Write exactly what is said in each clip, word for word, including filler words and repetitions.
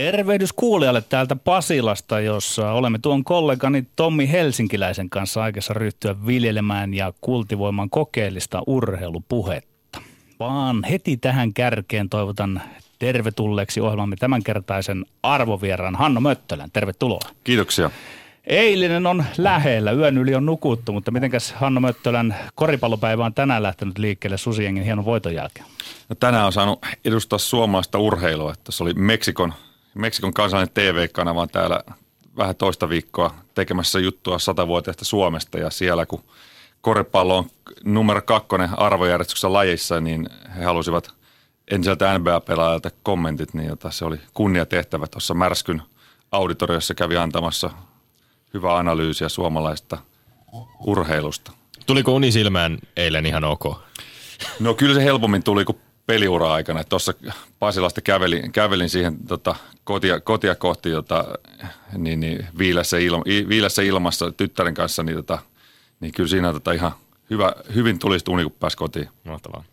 Tervehdys kuulijalle täältä Pasilasta, jossa olemme tuon kollegani Tommi Helsinkiläisen kanssa aikassa ryhtyä viljelemään ja kultivoimaan kokeellista urheilupuhetta. Vaan heti tähän kärkeen toivotan tervetulleeksi ohjelmamme tämänkertaisen arvovieraan Hanno Möttölän. Tervetuloa. Kiitoksia. Eilinen on lähellä, yön yli on nukuttu, mutta mitenkäs Hanno Möttölän koripallopäivä on tänään lähtenyt liikkeelle Susijengin hienon voiton jälkeen? No, tänään on saanut edustaa suomalaista urheilua. Tässä oli Meksikon, Meksikon kansallinen T V-kanava täällä vähän toista viikkoa tekemässä juttua satavuotiaasta Suomesta. Ja siellä kun koripallo on numero kakkonen arvojärjestyksessä lajissa, niin he halusivat entiseltä N B A-pelaajalta kommentit, niin jota se oli kunniatehtävä tuossa Märskyn auditoriossa kävi antamassa hyvää analyysiä suomalaisesta urheilusta. Tuliko uni silmään eilen ihan ok? No kyllä se helpommin tuli kuin peliura-aikana. Tuossa Pasilasta kävelin, kävelin siihen tota, kotia, kotia kohti tota, niin, niin, viilässä, ilma, viilässä ilmassa tyttären kanssa, niin, tota, niin kyllä siinä tota, ihan hyvä, hyvin tuli uni, kun pääsi kotiin. Mahtavaa.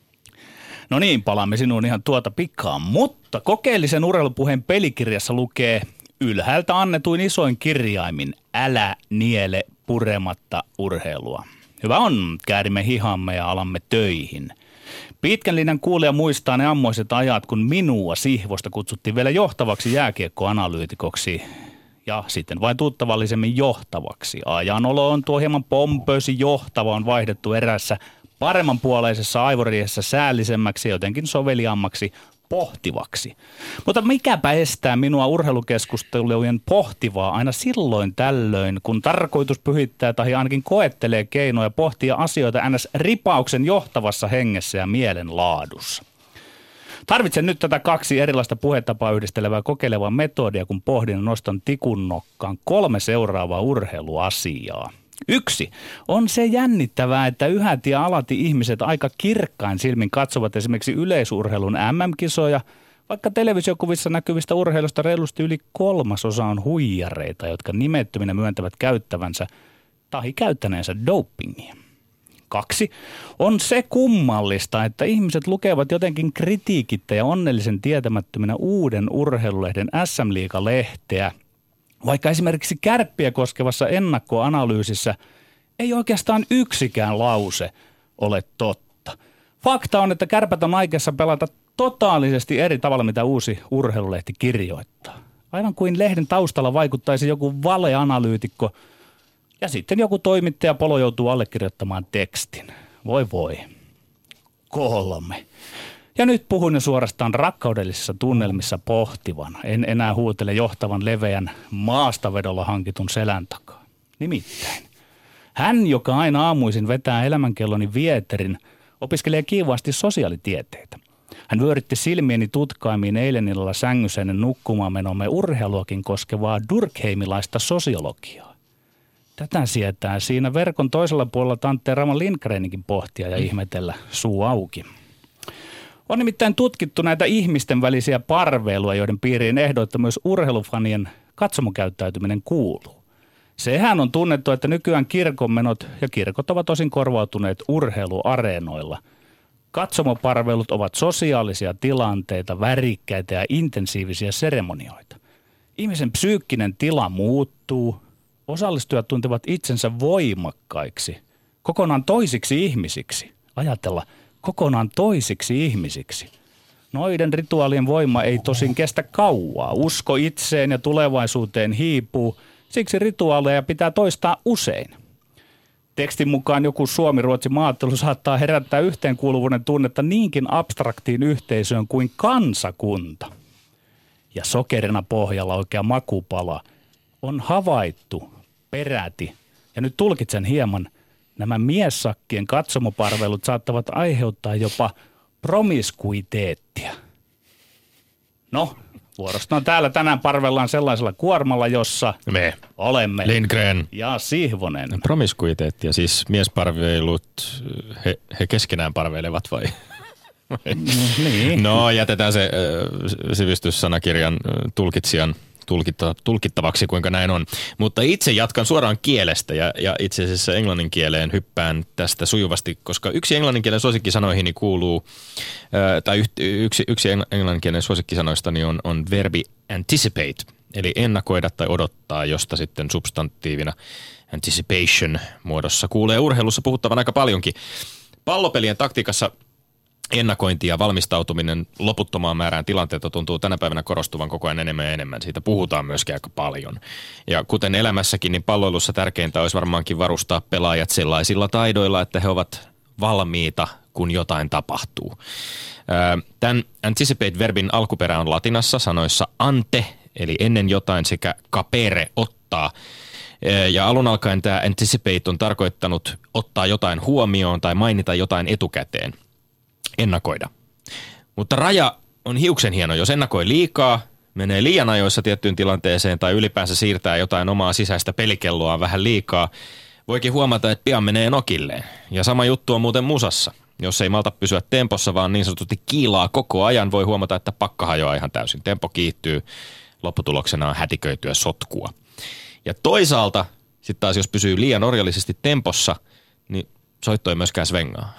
No niin, palaamme sinuun ihan tuota pikaan, mutta kokeellisen urheilupuheen pelikirjassa lukee ylhäältä annetuin isoin kirjaimin, älä niele purematta urheilua. Hyvä on, käärimme hihamme ja alamme töihin. Pitkän linjan kuulija muistaa ne ammoiset ajat, kun minua Sihvosta kutsuttiin vielä johtavaksi jääkiekkoanalyytikoksi ja sitten vain tuttavallisemmin johtavaksi. Ajanolo on tuo hieman pompöösi johtava on vaihdettu erässä paremmanpuoleisessa aivoriehessä säällisemmäksi ja jotenkin soveliaammaksi pohtivaksi. Mutta mikäpä estää minua urheilukeskustelujen pohtivaa aina silloin tällöin, kun tarkoitus pyhittää tai ainakin koettelee keinoja pohtia asioita ns. Ripauksen johtavassa hengessä ja mielenlaadussa. Tarvitsen nyt tätä kaksi erilaista puhetapaa yhdistelevää kokeilevaa metodia, kun pohdin ja nostan tikun nokkaan kolme seuraavaa urheiluasiaa. Yksi on se jännittävää, että yhät ja alati ihmiset aika kirkkain silmin katsovat esimerkiksi yleisurheilun M M-kisoja, vaikka televisiokuvissa näkyvistä urheilusta reilusti yli kolmasosa on huijareita, jotka nimettöminä myöntävät käyttävänsä tai käyttäneensä dopingia. Kaksi on se kummallista, että ihmiset lukevat jotenkin kritiikittä ja onnellisen tietämättöminä uuden urheilulehden S M-liiga-lehteä, vaikka esimerkiksi Kärppiä koskevassa ennakkoanalyysissä ei oikeastaan yksikään lause ole totta. Fakta on, että Kärpät on aikeissa pelata totaalisesti eri tavalla, mitä uusi urheilulehti kirjoittaa. Aivan kuin lehden taustalla vaikuttaisi joku valeanalyytikko ja sitten joku toimittaja Polo joutuu allekirjoittamaan tekstin. Voi voi. Kolme. Ja nyt puhun jo suorastaan rakkaudellisissa tunnelmissa pohtivan. En enää huutele johtavan leveän maastavedolla hankitun selän takaa. Nimittäin. Hän, joka aina aamuisin vetää elämänkelloni vieterin, opiskelee kiivaasti sosiaalitieteitä. Hän vyöritti silmieni tutkaimiin eilen illalla sängyssä ennen nukkumaan menomme urheiluakin koskevaa durkheimilaista sosiologiaa. Tätä sietää siinä verkon toisella puolella Tantte Raman Lindgreninkin pohtia ja ihmetellä suu auki. On nimittäin tutkittu näitä ihmisten välisiä parveiluja, joiden piiriin ehdoitta myös urheilufanien katsomokäyttäytyminen kuuluu. Sehän on tunnettu, että nykyään kirkonmenot ja kirkot ovat osin korvautuneet urheiluareenoilla. Katsomoparveilut ovat sosiaalisia tilanteita, värikkäitä ja intensiivisiä seremonioita. Ihmisen psyykkinen tila muuttuu, osallistujat tuntevat itsensä voimakkaiksi, kokonaan toisiksi ihmisiksi. Ajatella, kokonaan toisiksi ihmisiksi. Noiden rituaalien voima ei tosin kestä kauaa. Usko itseen ja tulevaisuuteen hiipuu, siksi rituaaleja pitää toistaa usein. Tekstin mukaan joku Suomi-Ruotsi maaottelu saattaa herättää yhteenkuuluvuuden tunnetta niinkin abstraktiin yhteisöön kuin kansakunta. Ja sokerina pohjalla oikea makupala on havaittu peräti, ja nyt tulkitsen hieman, nämä miessakkien katsomoparveilut saattavat aiheuttaa jopa promiskuiteettia. No, vuorostaan täällä tänään parvellaan sellaisella kuormalla, jossa me olemme Lindgren ja Sihvonen. Promiskuiteettia, siis miesparveilut, he, he keskenään parveilevat vai? No, niin. No, jätetään se äh, sivistyssanakirjan äh, tulkitsijan tulkittavaksi, kuinka näin on. Mutta itse jatkan suoraan kielestä ja, ja itse asiassa englannin kieleen hyppään tästä sujuvasti, koska yksi englannin kielen suosikkisanoihini kuuluu, ää, tai yksi, yksi englannin kielen suosikkisanoistani on, on verbi anticipate, eli ennakoida tai odottaa, josta sitten substantiivina anticipation muodossa kuulee urheilussa puhuttavan aika paljonkin. Pallopelien taktiikassa ennakointi ja valmistautuminen loputtomaan määrään tilanteita tuntuu tänä päivänä korostuvan koko ajan enemmän ja enemmän. Siitä puhutaan myöskin aika paljon. Ja kuten elämässäkin, niin palloilussa tärkeintä olisi varmaankin varustaa pelaajat sellaisilla taidoilla, että he ovat valmiita, kun jotain tapahtuu. Tämän anticipate-verbin alkuperä on latinassa sanoissa ante, eli ennen jotain, sekä capere, ottaa. Ja alun alkaen tämä anticipate on tarkoittanut ottaa jotain huomioon tai mainita jotain etukäteen. Ennakoida. Mutta raja on hiuksen hieno, jos ennakoi liikaa, menee liian ajoissa tiettyyn tilanteeseen tai ylipäänsä siirtää jotain omaa sisäistä pelikelloa vähän liikaa, voikin huomata, että pian menee nokilleen. Ja sama juttu on muuten musassa. Jos ei malta pysyä tempossa, vaan niin sanotusti kiilaa koko ajan, voi huomata, että pakka hajoaa ihan täysin. Tempo kiihtyy, lopputuloksena on hätiköityä sotkua. Ja toisaalta, sitten taas jos pysyy liian orjallisesti tempossa, niin soitto ei myöskään svengaa.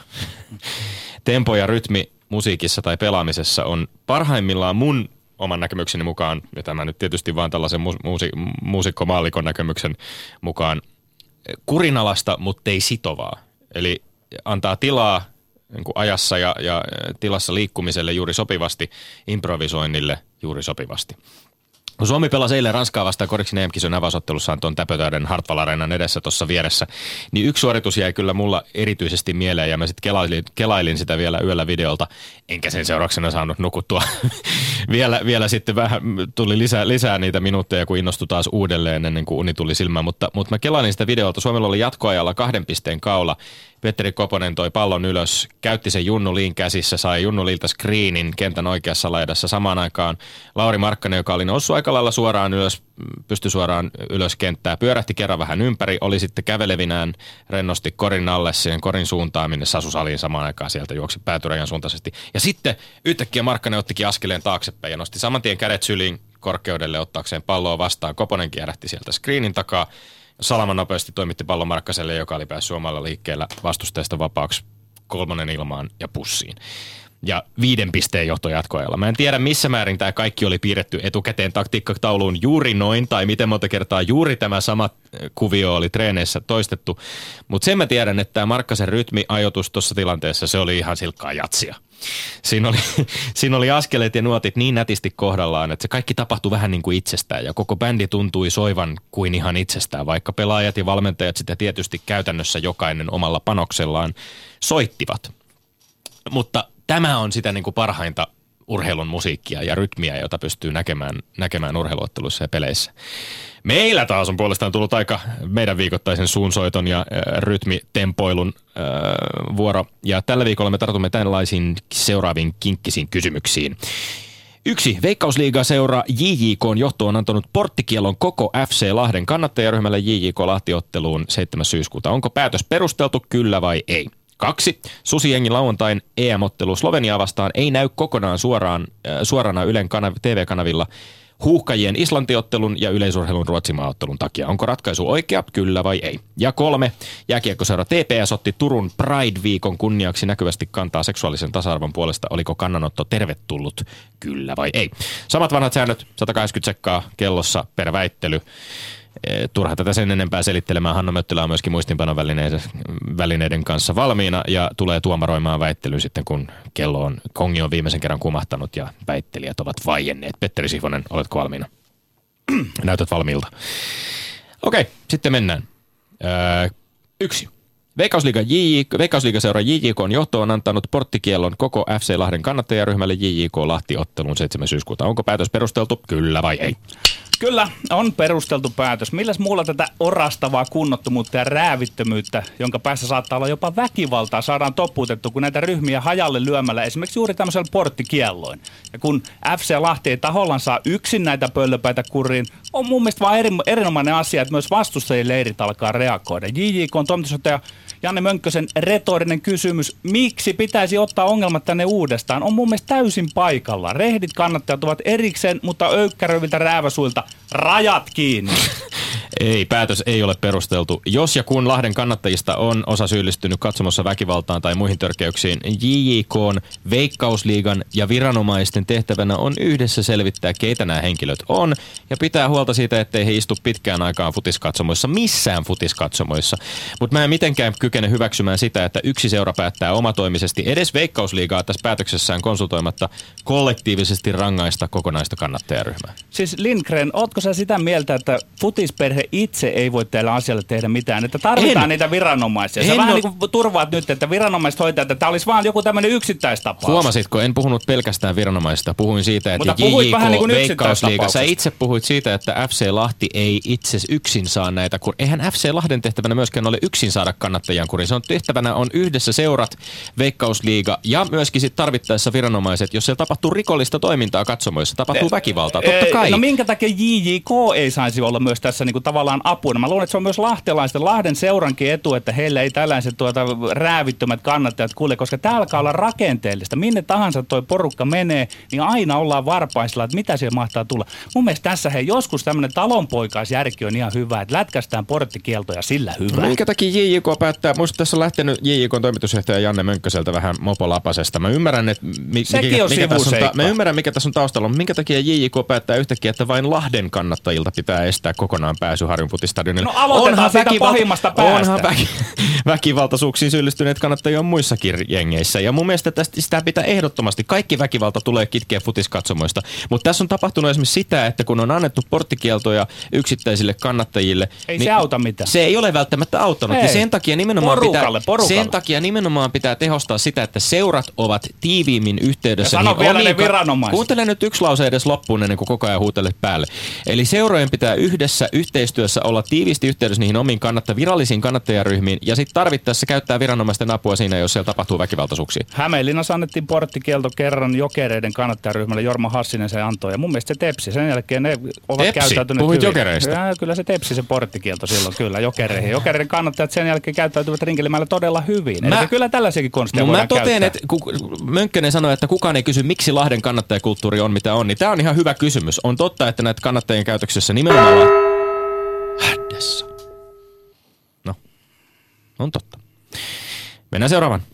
Tempo ja rytmi musiikissa tai pelaamisessa on parhaimmillaan mun oman näkemykseni mukaan, ja tämä nyt tietysti vaan tällaisen muusi- muusikkomaallikon näkemyksen mukaan, kurinalasta, mutta ei sitovaa. Eli antaa tilaa niin kuin ajassa ja, ja tilassa liikkumiselle juuri sopivasti, improvisoinnille juuri sopivasti. Kun Suomi pelasi eilen Ranskaa vastaan Koriksin E M-kisojen avausottelussaan tuon Täpötäyden Hartwall Arenan edessä tuossa vieressä, niin yksi suoritus jäi kyllä mulla erityisesti mieleen ja mä sitten kelailin, kelailin sitä vielä yöllä videolta, enkä sen seurauksena saanut nukuttua. vielä, vielä sitten vähän tuli lisää, lisää niitä minuutteja, kun innostui taas uudelleen ennen kuin uni tuli silmään, mutta, mutta mä kelailin sitä videolta. Suomella oli jatkoajalla kahden pisteen kaula. Petteri Koponen toi pallon ylös, käytti sen Junnu Liin käsissä, sai Junnu Liiltä screenin kentän oikeassa laidassa. Samaan aikaan Lauri Markkanen, joka oli noussut aika lailla suoraan ylös, pystyi suoraan ylös kenttää, pyörähti kerran vähän ympäri, oli sitten kävelevinään rennosti korin alle siihen korin suuntaan, minne Sasu Saliin samaan aikaan sieltä juoksi päätyräjän suuntaisesti. Ja sitten yhtäkkiä Markkanen ottikin askeleen taaksepäin ja nosti saman tien kädet syliin korkeudelle ottaakseen palloa vastaan. Koponen kierähti sieltä screenin takaa. Salama nopeasti toimitti pallon Markkaselle, joka oli päässyt omalla liikkeellä vastustajasta vapaaksi kolmonen ilmaan ja pussiin. Ja viiden pisteen johto jatkoajalla. Mä en tiedä, missä määrin tämä kaikki oli piirretty etukäteen taktiikkatauluun juuri noin, tai miten monta kertaa juuri tämä sama kuvio oli treeneissä toistettu. Mutta sen mä tiedän, että tämä Markkasen rytmiajoitus tuossa tilanteessa, se oli ihan silkkaa jatsia. Siinä oli, siinä oli askeleet ja nuotit niin nätisti kohdallaan, että se kaikki tapahtui vähän niin kuin itsestään ja koko bändi tuntui soivan kuin ihan itsestään, vaikka pelaajat ja valmentajat sitä tietysti käytännössä jokainen omalla panoksellaan soittivat. Mutta tämä on sitä niin kuin parhainta urheilun musiikkia ja rytmiä, jota pystyy näkemään, näkemään urheiluotteluissa ja peleissä. Meillä taas on puolestaan tullut aika meidän viikoittaisen suunsoiton ja äh, rytmitempoilun äh, vuoro. Ja tällä viikolla me tartumme tällaisiin seuraaviin kinkkisiin kysymyksiin. Yksi. Veikkausliigaseura J J K:n johto on antanut porttikielon koko F C Lahden kannattajaryhmälle J J K Lahti-otteluun seitsemäs syyskuuta. Onko päätös perusteltu, kyllä vai ei? Kaksi. Susijengin lauantain E M-ottelu Sloveniaa vastaan ei näy kokonaan suoraan, äh, suorana Ylen kanav- T V-kanavilla huuhkajien Islantiottelun ja yleisurheilun Ruotsimaaottelun takia. Onko ratkaisu oikea, kyllä vai ei? Ja kolme. Jääkiekkoseura T P S otti Turun Pride-viikon kunniaksi näkyvästi kantaa seksuaalisen tasa-arvon puolesta. Oliko kannanotto tervetullut, kyllä vai ei? Samat vanhat säännöt, sata kahdeksankymmentä sekkaa kellossa per väittely. Turha tätä sen enempää selittelemään. Hanna Möttölä on myöskin muistinpanovälineiden kanssa valmiina ja tulee tuomaroimaan väittelyn sitten, kun kello on, kongi on viimeisen kerran kumahtanut ja väittelijät ovat vaienneet. Petteri Sihvonen, oletko valmiina? Näytät valmiilta. Okei, sitten mennään. Öö, yksi. Veikkausliiga J J, Veikkausliigaseura J J K:n johto on antanut porttikiellon koko F C Lahden kannattajaryhmälle J J K Lahti-otteluun seitsemäs syyskuuta. Onko päätös perusteltu, kyllä vai ei? Kyllä, on perusteltu päätös. Milläs muulla tätä orastavaa kunnottomuutta ja räävittömyyttä, jonka päässä saattaa olla jopa väkivaltaa, saadaan toppuutettu, kun näitä ryhmiä hajalle lyömällä esimerkiksi juuri tämmöisellä porttikielloin. Ja kun F C Lahti ei tahollaan saa yksin näitä pöllöpäitä kuriin, on mun mielestä vaan eri, erinomainen asia, että myös vastustajien leirit alkaa reagoida. J J K on toimitusjohtaja Janne Mönkkösen retorinen kysymys, miksi pitäisi ottaa ongelmat tänne uudestaan, on mun mielestä täysin paikalla. Rehdit kannattajat ovat erikseen, mutta öykkäröiviltä rääväsuilta Rajat kiinni. Ei, päätös ei ole perusteltu. Jos ja kun Lahden kannattajista on osa syyllistynyt katsomossa väkivaltaan tai muihin törkeyksiin, J J K:n, Veikkausliigan ja viranomaisten tehtävänä on yhdessä selvittää, keitä nämä henkilöt on, ja pitää huolta siitä, ettei he istu pitkään aikaan futiskatsomoissa, missään futiskatsomoissa. Mutta mä en mitenkään kykene hyväksymään sitä, että yksi seura päättää omatoimisesti edes Veikkausliigaa tässä päätöksessään konsultoimatta kollektiivisesti rangaista kokonaista kannattajaryhmää. Siis Lindgren, ootko sä sitä mieltä, että futisperhe itse ei voi tällä asialle tehdä mitään, että tarvitaan en. niitä viranomaisia? Sä en vähän ole... niin kuin turvaat nyt, että viranomaiset hoitaa, että tämä olisi vaan joku tämmöinen yksittäistapaus. Huomasitko, en puhunut pelkästään viranomaisista, puhuin siitä, että J J K, niin Veikkausliiga, sä itse puhuit siitä, että F C Lahti ei itse yksin saa näitä, kun eihän F C Lahden tehtävänä myöskään ole yksin saada kannattajien kuriin. Se on tehtävänä on yhdessä seurat, Veikkausliiga ja myöskin sit tarvittaessa viranomaiset, jos siellä tapahtuu rikollista toimintaa katsomoissa, tapahtuu väkivaltaa, totta kai. No minkä takia J J K ei saisi olla myös tässä niin kuin tavallaan apuna? Mä luulen, että se on myös lahtelaisten, Lahden seurankin etu, että heillä ei tällaiset tuota räävittömät kannattajat kuule, koska tää alkaa olla rakenteellista. Minne tahansa toi porukka menee, niin aina ollaan varpaisilla, että mitä siellä mahtaa tulla. Mun mielestä tässä hei, joskus tämmöinen talonpoikaisjärki on ihan hyvä, että lätkästään porttikieltoja sillä hyvä. No, minkä takia J J K päättää? Musta tässä on lähtenyt J J K:n toimitusjohtaja Janne Mönkköseltä vähän mopolapasesta. Mä ymmärrän, että mi- mikä, mikä tässä on ta- mä ymmärrän, mikä tässä on taustalla. Minkä takia J J K päättää yhtäkkiä, että vain Lahden kannattajilta pitää estää kokonaan pääsy Harjun futistadionille? No aloitetaan siitä väkivalta- pahimmasta päästä. Onhan väki- väkivaltaisuuksiin syyllistyneet kannattajia on muissakin jengeissä. Ja mun mielestä tästä sitä pitää ehdottomasti. Kaikki väkivalta tulee kitkeä futiskatsomoista. Mutta tässä on tapahtunut esimerkiksi sitä, että kun on annettu porttikieltoja yksittäisille kannattajille. Ei niin se auta mitään. Se ei ole välttämättä auttanut. Ei. Ja sen takia nimenomaan Porukalle, pitää, porukalle. sen takia nimenomaan pitää tehostaa sitä, että seurat ovat tiiviimmin yhteydessä. Ja sano vielä ne ka- viranomaiset. Kuuntele nyt yksi lause edes loppuun ennen kuin koko ajan huutelet päälle. Eli seurojen pitää yhdessä yhteistyössä olla tiiviisti yhteydessä niihin omiin kannatta, virallisiin kannattajaryhmiin ja sitten tarvittaessa käyttää viranomaisten apua siinä, jos siellä tapahtuu väkivaltaisuuksia. Hämeenlinnassa annettiin porttikielto kerran Jokereiden kannattajaryhmälle. Jorma Hassinen se antoi ja mun mielestä se tepsi. Sen jälkeen ne ovat Tepsi? käyttäytyneet Puhuit hyvin. Jokereista? Ja, kyllä se tepsi se porttikielto silloin kyllä Jokereihin. Jokereiden kannattajat sen jälkeen käyttäytyvät Rinkelimäellä todella hyvin. Mä, Eli kyllä tällaisiakin konsteja no voidaan mä totean, käyttää. että kun Mönkkönen sanoi, että kukaan ei kysy, miksi Lahden kannattajakulttuuri on mitä on, niin tämä on ihan hyvä kysymys. On totta, että näitä kannattajien käytöksessä nimenomaan hädessä. No, on totta. Mennään seuraavaan.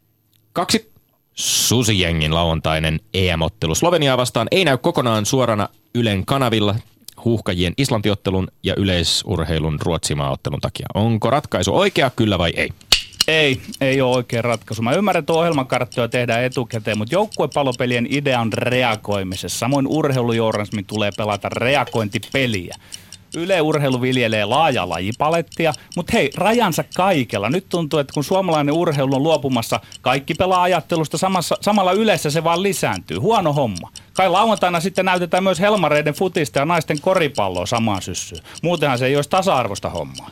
Kaksi. Susijengin lauantainen E M-ottelu Sloveniaa vastaan ei näy kokonaan suorana Ylen kanavilla huuhkajien Islantiottelun ja yleisurheilun Ruotsimaaottelun takia. Onko ratkaisu oikea, kyllä vai ei? Ei, ei ole oikea ratkaisu. Mä ymmärrän, että ohjelmakarttoja tehdään etukäteen, mutta joukkuepallopelien idea on reagoimisessa. Samoin urheilujournalismin tulee pelata reagointipeliä. Yle Urheilu viljelee laajaa lajipalettia, mutta hei, rajansa kaikella. Nyt tuntuu, että kun suomalainen urheilu on luopumassa kaikki pelaa ajattelusta, samassa, samalla Ylessä se vaan lisääntyy. Huono homma. Kai lauantaina sitten näytetään myös helmareiden futista ja naisten koripalloa samaan syssyyn. Muutenhan se ei olisi tasa-arvoista hommaa.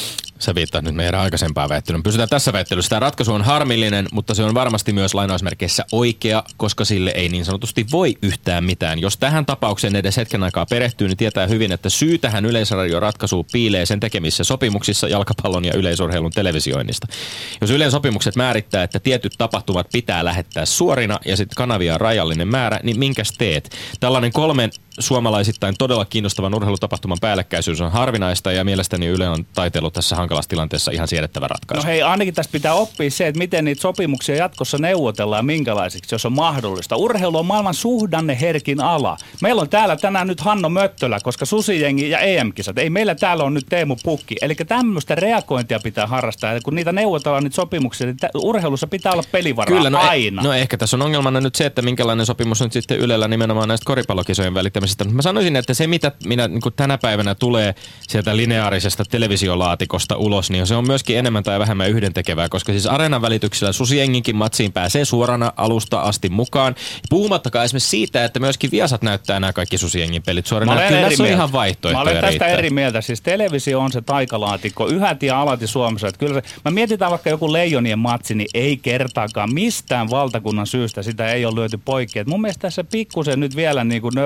Sä viittaat nyt meidän aikaisempaan väittelyyn. Pysytään tässä väittelyssä. Tämä ratkaisu on harmillinen, mutta se on varmasti myös lainausmerkeissä oikea, koska sille ei niin sanotusti voi yhtään mitään. Jos tähän tapaukseen edes hetken aikaa perehtyy, niin tietää hyvin, että syy tähän Yleisradion ratkaisuun piilee sen tekemissä sopimuksissa jalkapallon ja yleisurheilun televisioinnista. Jos Ylen sopimukset määrittää, että tietyt tapahtumat pitää lähettää suorina ja sitten kanavia on rajallinen määrä, niin minkäs teet? Tällainen kolmen suomalaisittain todella kiinnostavan urheilutapahtuman päällekkäisyys on harvinaista ja mielestäni Yle on taiteillut tässä hankalassa tilanteessa ihan siedettävä ratkaisu. No hei, ainakin tästä pitää oppia se, että miten niitä sopimuksia jatkossa neuvotellaan ja minkälaisiksi, jos on mahdollista. Urheilu on maailman suhdanneherkin ala. Meillä on täällä tänään nyt Hanno Möttölä, koska Susijengi ja E M-kisat. Ei meillä täällä on nyt Teemu Pukki. Eli tämmöistä reagointia pitää harrastaa. Ja kun niitä neuvotellaan niitä sopimuksia, niin urheilussa pitää olla pelivaraa. Kyllä, no aina. E- no ehkä tässä on ongelmana nyt se, että minkälainen sopimus on sitten Ylellä nimenomaan näistä koripallokisojen välittämisestä. Mä sanoisin, että se mitä minä, niin kuin tänä päivänä tulee sieltä lineaarisesta televisiolaatikosta ulos, niin se on myöskin enemmän tai vähemmän yhdentekevää, koska siis Areenan välityksellä Susijenginkin matsiin pääsee suorana alusta asti mukaan. Puhumattakaan esimerkiksi siitä, että myöskin Viasat näyttää nämä kaikki Susijengin pelit suorana. Kyllä se on ihan vaihtoehtoja. Mä olen tästä riittää. eri mieltä. Siis televisio on se taikalaatikko yhäti ja alati Suomessa. Että kyllä se, mä mietitään vaikka joku Leijonien matsi, niin ei kertaakaan mistään valtakunnan syystä sitä ei ole lyöty poikki. Et mun mielestä tässä pikkusen nyt vielä niin kuin ne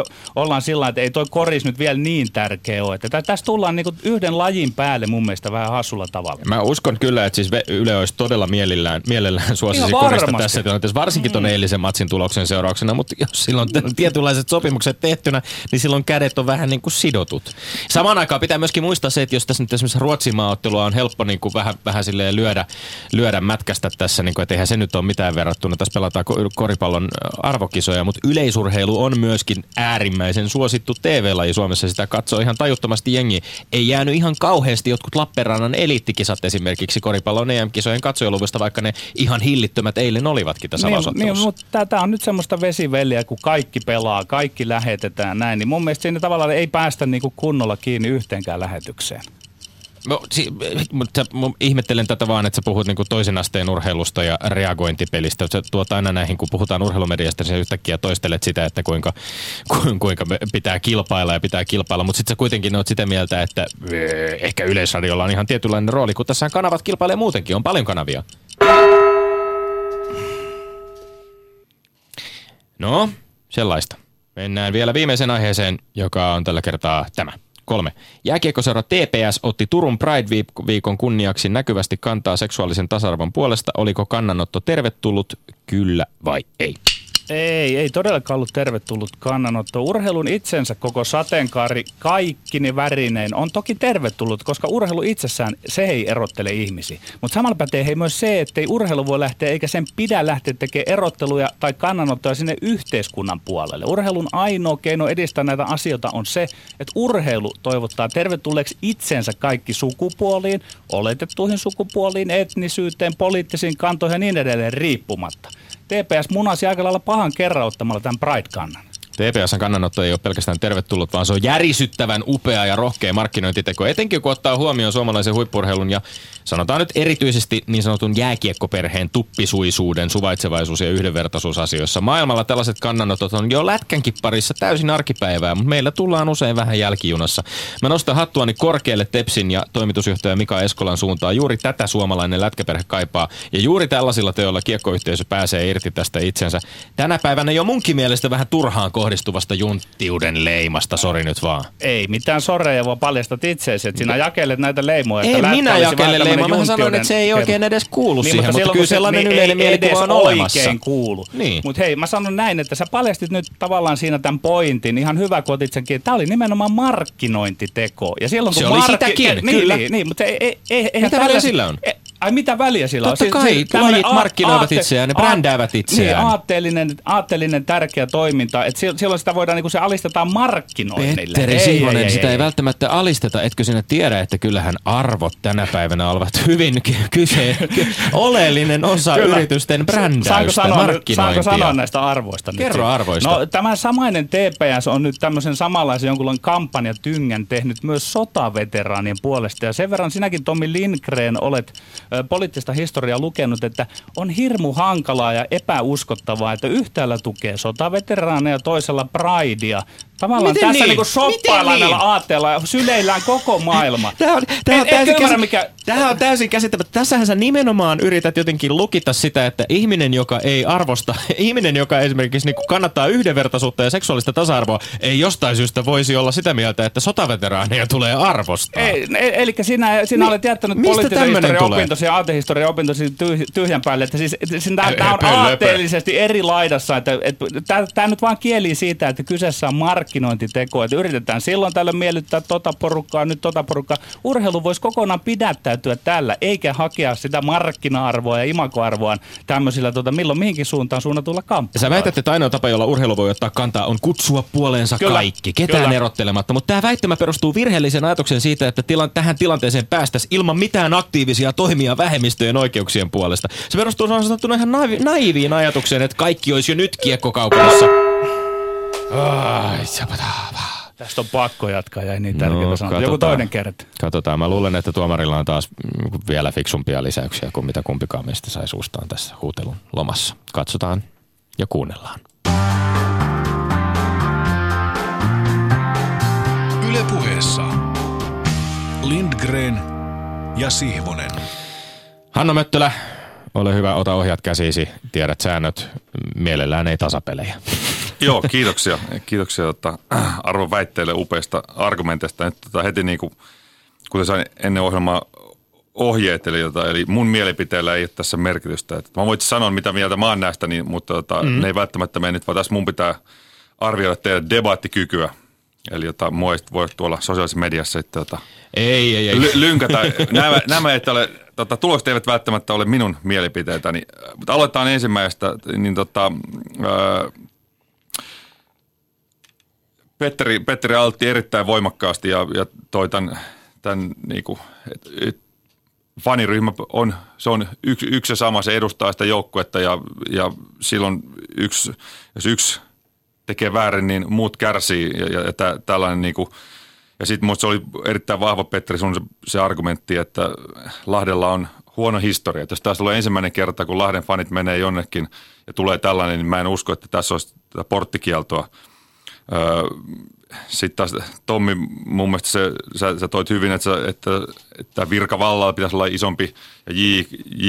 ollaan sillä että ei toi koris nyt vielä niin tärkeä ole. Että tässä tullaan niinku yhden lajin päälle mun mielestä vähän hassulla tavalla. Mä uskon kyllä, että siis Yle olisi todella mielellään, mielellään suosisi korista tässä tilanteessa, varsinkin ton eilisen matsin tuloksen seurauksena, mutta jos silloin tietynlaiset sopimukset tehtynä, niin silloin kädet on vähän niin kuin sidotut. Samaan aikaan pitää myöskin muistaa se, että jos tässä nyt esimerkiksi Ruotsin maaottelua on helppo niin kuin vähän, vähän silleen lyödä, lyödä mätkästä tässä, niin kuin, että eihän se nyt ole mitään verrattuna. Tässä pelataan koripallon arvokisoja, mutta yleisurheilu on myöskin äärimmäisen suosittu T V-laji Suomessa. Sitä katsoo ihan tajuttomasti jengi. Ei jäänyt ihan kauheasti jotkut Lappeenrannan eliittikisat esimerkiksi koripallon E M-kisojen katsojaluvusta, vaikka ne ihan hillittömät eilen olivatkin tässä niin, avausottelussa. Niin, mutta tämä on nyt semmoista vesiveliä, kun kaikki pelaa, kaikki lähetetään näin, niin mun mielestä siinä tavallaan ei päästä niinku kunnolla kiinni yhteenkään lähetykseen. No, si- mutta ihmettelen tätä vaan, että sä puhut niinku toisen asteen urheilusta ja reagointipelistä. Sä tuot aina näihin, kun puhutaan urheilumediasta, niin sä yhtäkkiä toistelet sitä, että kuinka, kuinka pitää kilpailla ja pitää kilpailla. Mutta sitten sä kuitenkin oot sitä mieltä, että ehkä Yleisradiolla on ihan tietynlainen rooli, kun tässä kanavat kilpailee muutenkin. On paljon kanavia. No, sellaista. Mennään vielä viimeiseen aiheeseen, joka on tällä kertaa tämä. Kolme. Jääkiekkoseura T P S otti Turun Pride-viikon kunniaksi näkyvästi kantaa seksuaalisen tasa-arvon puolesta. Oliko kannanotto tervetullut, kyllä vai ei? Ei, ei todellakaan ollut tervetullut kannanotto. Urheilun itsensä koko sateenkaari kaikkine värineen on toki tervetullut, koska urheilu itsessään se ei erottele ihmisiä. Mutta samalla pätee hei myös se, että ei urheilu voi lähteä eikä sen pidä lähteä tekemään erotteluja tai kannanottoja sinne yhteiskunnan puolelle. Urheilun ainoa keino edistää näitä asioita on se, että urheilu toivottaa tervetulleeksi itsensä kaikki sukupuoliin, oletettuihin sukupuoliin, etnisyyteen, poliittisiin kantoihin ja niin edelleen riippumatta. T P S munasi aika lailla pahan kerran ottamalla tämän Pride-kannan. T P S:n kannanotto ei ole pelkästään tervetullut, vaan se on järisyttävän upea ja rohkea markkinointiteko. Etenkin kun ottaa huomioon suomalaisen huippu-urheilun ja sanotaan nyt erityisesti niin sanotun jääkiekkoperheen tuppisuisuuden, suvaitsevaisuus- ja yhdenvertaisuusasioissa. Maailmalla tällaiset kannanotot on jo lätkänkin parissa täysin arkipäivää, mutta meillä tullaan usein vähän jälkijunassa. Mä nostan hattuani korkealle Tepsin ja toimitusjohtaja Mika Eskolan suuntaan. Juuri tätä suomalainen lätkäperhe kaipaa ja juuri tällaisilla teoilla kiekkoyhteisö pääsee irti tästä itsensä. Tänä päivänä jo munkin mielestä vähän turhaan kohdistuvasta junttiuden leimasta, sori nyt vaan. Ei mitään soreja, vaan paljastat itseesi, että sinä jakelet näitä leimoja. Ei minä jakele leimoja, mä sanoin, että se ei oikein edes kuulu niin, siihen, mutta, mutta kyllä sellainen niin yleinen mielikuva on olemassa. Oikein kuulu. Niin. Mutta hei, mä sanon näin, että sä paljastit nyt tavallaan siinä tämän pointin, ihan hyvä kun otit senkin, tämä oli nimenomaan markkinointiteko. Ja silloin, kun se oli markki... sitäkin, niin, kyllä. Niin, niin, mutta ei, ei, ei, ei, mitä väliä sillä on? Ei, ai mitä väliä sillä Totta on? Totta kai, si- lajit markkinoivat aate- itseään, ne brändäävät itseään. Niin, aatteellinen, aatteellinen tärkeä toiminta, että silloin sitä voidaan, niin kuin se alistetaan markkinoinnille. Petteri ei, Sihvonen, ei, ei, sitä ei, ei välttämättä alisteta. Etkö sinä tiedä, että kyllähän arvot tänä päivänä ovat hyvin kyse, oleellinen osa Kyllä. yritysten brändäystä, saanko sanoa, markkinointia. Saanko sanoa näistä arvoista? Kerro nyt arvoista. No, tämä samainen T P S on nyt tämmöisen samanlaisen jonkunlainen kampanjatyngän tehnyt myös sotaveteraanien puolesta. Ja sen verran sinäkin, Tommi Lindgren, olet ö, poliittista historiaa lukenut, että on hirmu hankalaa ja epäuskottavaa, että yhtäällä tukee sotaveteraaneja ja toisella Pridea. Tavallaan Miten tässä niin? niinku shoppaillaan Miten näillä niin? aatteella ja syleillään koko maailma. Tämä on, tämä on, Et, täysin, ymmärrä, käsit- mikä... tämä on täysin käsittämättä. Tässähän sä nimenomaan yrität jotenkin lukita sitä, että ihminen, joka ei arvosta, ihminen, joka esimerkiksi niin kannattaa yhdenvertaisuutta ja seksuaalista tasa-arvoa, ei jostain syystä voisi olla sitä mieltä, että sotaveteraaneja tulee arvostaa. Ei, eli sinä, sinä Mi- olet jättänyt mistä poliittisen tämmönen historian tulee? opintosi ja aatehistorian opintosi tyh- tyhjän päälle. Että siis, tämä Höpö, on höpö. aatteellisesti eri laidassa. Tämä nyt vaan kielii siitä, että kyseessä on markkinointiteko. Että yritetään silloin tällöin miellyttää tota porukkaa, nyt tota porukkaa. Urheilu voisi kokonaan pidättäytyä tällä, eikä hakea sitä markkina-arvoa ja imagoarvoa tämmöisillä tota, milloin mihinkin suuntaan suunnatulla kampanjoilla. Sä väität, että ainoa tapa, jolla urheilu voi ottaa kantaa, on kutsua puoleensa Kyllä, kaikki, ketään kyllä. erottelematta. Mutta tämä väittämä perustuu virheelliseen ajatukseen siitä, että tila- tähän tilanteeseen päästäisiin ilman mitään aktiivisia toimia vähemmistöjen oikeuksien puolesta. Se perustuu sanottuna ihan naivi- naiviin ajatukseen, että kaikki olisi jo nyt kiekkokaupassa. Ai, Tästä on pakko jatkaa, jäi niin tärkeää No, sanoa. Joku katsotaan. toinen kerta. Katsotaan. Mä luulen, että tuomarilla on taas mm, vielä fiksumpia lisäyksiä kuin mitä kumpikaan meistä sai suustaan tässä huutelun lomassa. Katsotaan ja kuunnellaan. Yle Puheessa Lindgren ja Sihvonen. Hanno Möttölä, ole hyvä, ota ohjat käsisi. Tiedät säännöt, mielellään ei tasapelejä. Joo, kiitoksia. Kiitoksia tota, arvon väitteille upeista argumenteista. Nyt tota, heti niin kuin, kuten sain ennen ohjelmaa ohjeet, eli, tota, eli mun mielipiteellä ei ole tässä merkitystä. Et mä voin sanoa, mitä mieltä mä oon näistä, niin, mutta tota, mm. ne ei välttämättä mene nyt, vaan tässä mun pitää arvioida teidän debaattikykyä. Eli jota mua ei voi tuolla sosiaalisessa mediassa sitten tota, ei, ei, ei. Ly- lynkätä. nämä, nämä että ole, tota, tulokset eivät välttämättä ole minun mielipiteitäni. Mutta aloitetaan ensimmäistä. Niin tota, ää, Petteri, Petteri aloitti erittäin voimakkaasti ja, ja toi tämän, tämän niinku, et, et, faniryhmä on, se on yksi, yksi ja sama, se edustaa sitä joukkuetta ja, ja silloin yksi, jos yksi tekee väärin, niin muut kärsii ja, ja, ja tä, tällainen niinku, ja sitten minusta se oli erittäin vahva, Petteri, sun se, se argumentti, että Lahdella on huono historia. Et jos taas tulee ensimmäinen kerta, kun Lahden fanit menee jonnekin ja tulee tällainen, niin mä en usko, että tässä olisi tätä porttikieltoa. Öö, sitten taas Tommi, mun mielestä se, sä, sä toit hyvin, että, sä, että, että virkavallalla pitäisi olla isompi ja J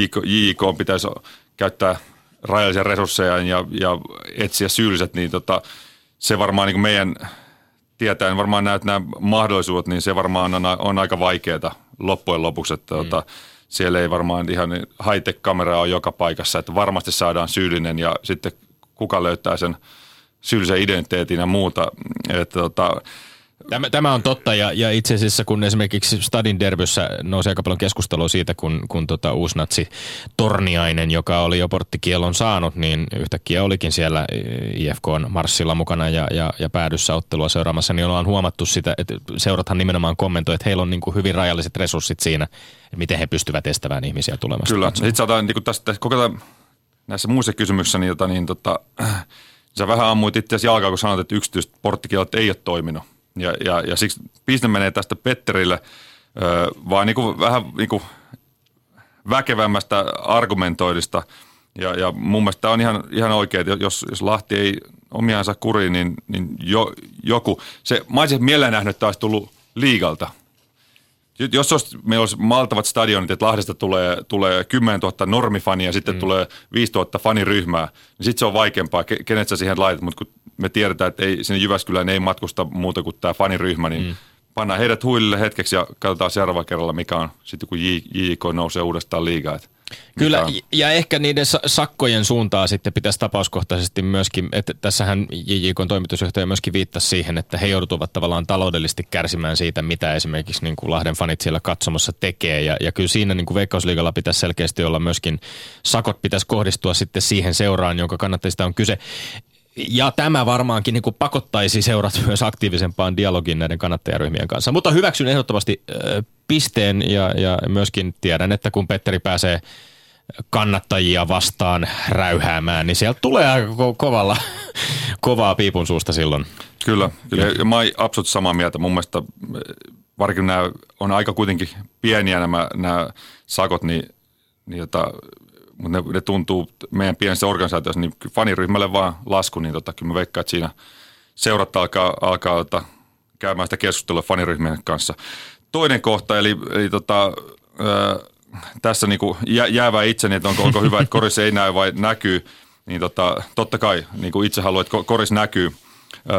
K pitäisi käyttää rajallisia resursseja ja, ja etsiä syylliset, niin tota, se varmaan niin kuin meidän tietäen varmaan näet nämä mahdollisuudet, niin se varmaan on, on aika vaikeaa loppujen lopuksi, että mm. tota, siellä ei varmaan ihan high-tech-kameraa ole joka paikassa, että varmasti saadaan syyllinen ja sitten kuka löytää sen syyllisen identiteetin ja muuta. Että, tota, Tämä, tämä on totta ja, ja itse asiassa kun esimerkiksi Stadin derbyssä nousi aika paljon keskustelua siitä, kun, kun tota uusnatsi Torniainen, joka oli jo porttikielon saanut, niin yhtäkkiä olikin siellä I F K:n marssilla mukana ja, ja, ja päädyssä ottelua seuraamassa, niin ollaan huomattu sitä, että seurathan nimenomaan kommentoi, että heillä on niin kuin hyvin rajalliset resurssit siinä, että miten he pystyvät estämään ihmisiä tulemasta. Kyllä, sitten saadaan niin tästä koko näissä muissa kysymyksissä, niin, jota, niin tota, sä vähän ammuit itse asiassa jalkaa, kun sanoit, että yksityiset porttikielot ei ole toiminut. Ja, ja, ja siksi piste menee tästä Petterille, ö, vaan niin kuin vähän niin kuin väkevämmästä argumentoidista. Ja, ja mun mielestä tämä on ihan, ihan oikein, että jos, jos Lahti ei omiansa kuriin, niin, niin jo, joku, se, mä olisin mieleen nähnyt, että olisi tullut liigalta. Jos olisi, meillä olisi maltavat stadionit, että Lahdesta tulee, tulee kymmenen tuhatta normifania ja sitten mm. tulee viisi tuhatta faniryhmää, niin sitten se on vaikeampaa, kenet sä siihen laitat, mutta kun me tiedetään, että ei, sinne Jyväskylään ei matkusta muuta kuin tämä faniryhmä, niin mm. pannaan heidät huilille hetkeksi ja katsotaan seuraava kerralla, mikä on sitten kun J K nousee uudestaan liigaan. Kyllä, on. Ja ehkä niiden sakkojen suuntaa sitten pitäisi tapauskohtaisesti myöskin, että tässähän J J K:n toimitusjohtaja myöskin viittasi siihen, että he joutuvat tavallaan taloudellisesti kärsimään siitä, mitä esimerkiksi niin kuin Lahden fanit siellä katsomassa tekee. Ja, ja kyllä siinä niin kuin Veikkausliigalla pitäisi selkeästi olla myöskin, sakot pitäisi kohdistua sitten siihen seuraan, jonka kannattajista on kyse. Ja tämä varmaankin niin kuin pakottaisi seurat myös aktiivisempaan dialogiin näiden kannattajaryhmien kanssa. Mutta hyväksyn ehdottomasti äh, pisteen ja, ja myöskin tiedän, että kun Petteri pääsee kannattajia vastaan räyhäämään, niin sieltä tulee aika ko- kovalla, kovaa piipun suusta silloin. Kyllä, kyllä. Ja mä oon absoluutti samaa mieltä. Mun mielestä varsinkin nämä on aika kuitenkin pieniä nämä, nämä sakot, niin, niin jota, mutta ne, ne tuntuu meidän pienessä organisaatiossa, niin faniryhmälle vaan lasku, niin tota, kyllä mä veikkaan, että siinä seurat alkaa, alkaa ota, käymään sitä keskustelua faniryhmien kanssa. Toinen kohta, eli, eli tota, ää, tässä niinku jä, jäävä itseni, että onko, onko hyvä, että korissa ei näy vai näkyy, niin tota, totta kai niin itse haluan, että koris näkyy. Ää,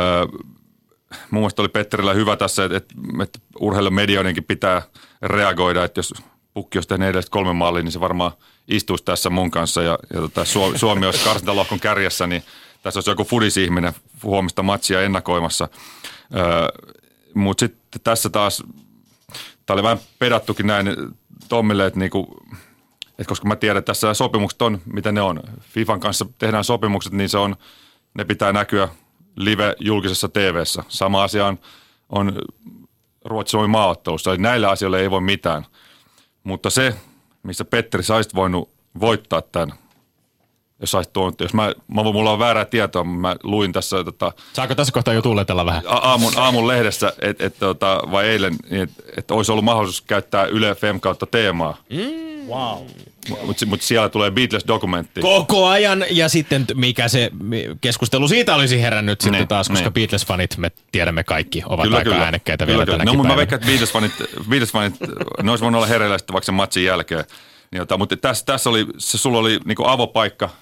mun mielestä oli Petterillä hyvä tässä, että, että, että urheilumedioidenkin pitää reagoida, että jos pukki olisi tehnyt edelleen kolme maalia, niin se varmaan istuisi tässä mun kanssa ja, ja tota, Suomi olisi karsintalohkon kärjessä, niin tässä olisi joku fudisihminen huomista matsia ennakoimassa. Öö, mutta sitten tässä taas, tämä oli vähän pedattukin näin Tommille, että, niinku, että koska mä tiedän, että tässä sopimukset on, mitä ne on. FIFAn kanssa tehdään sopimukset, niin se on, ne pitää näkyä live julkisessa T V:ssä. Sama asia on, on Ruotsi-Suomen maaottelussa, eli näille asioille ei voi mitään. Mutta se, missä Petteri saisit voinut voittaa tämän, jos saisit tuonut, jos mä, mulla on väärää tietoa, mä luin tässä, tota, saako tässä kohtaa jo tuuletella vähän? Aamun, aamun lehdessä, että et, tota, vai eilen, että et olisi ollut mahdollisuus käyttää Yle F M kautta teemaa. Mm. Wow. Mutta mut siellä tulee Beatles-dokumentti. Koko ajan, ja sitten mikä se keskustelu siitä olisi herännyt sitten niin, taas, koska niin. Beatles-fanit, me tiedämme kaikki, ovat kyllä, aika kyllä. äänekkäitä kyllä, vielä kyllä. tänäkin No, mutta mä päivänä. veikkaan, että Beatles-fanit, Beatles-fanit ne olisi voinut olla hereillä sitten vaikka sen matsin jälkeen. Niin, jota, mutta tässä, tässä oli, se sulla oli niinku avopaikka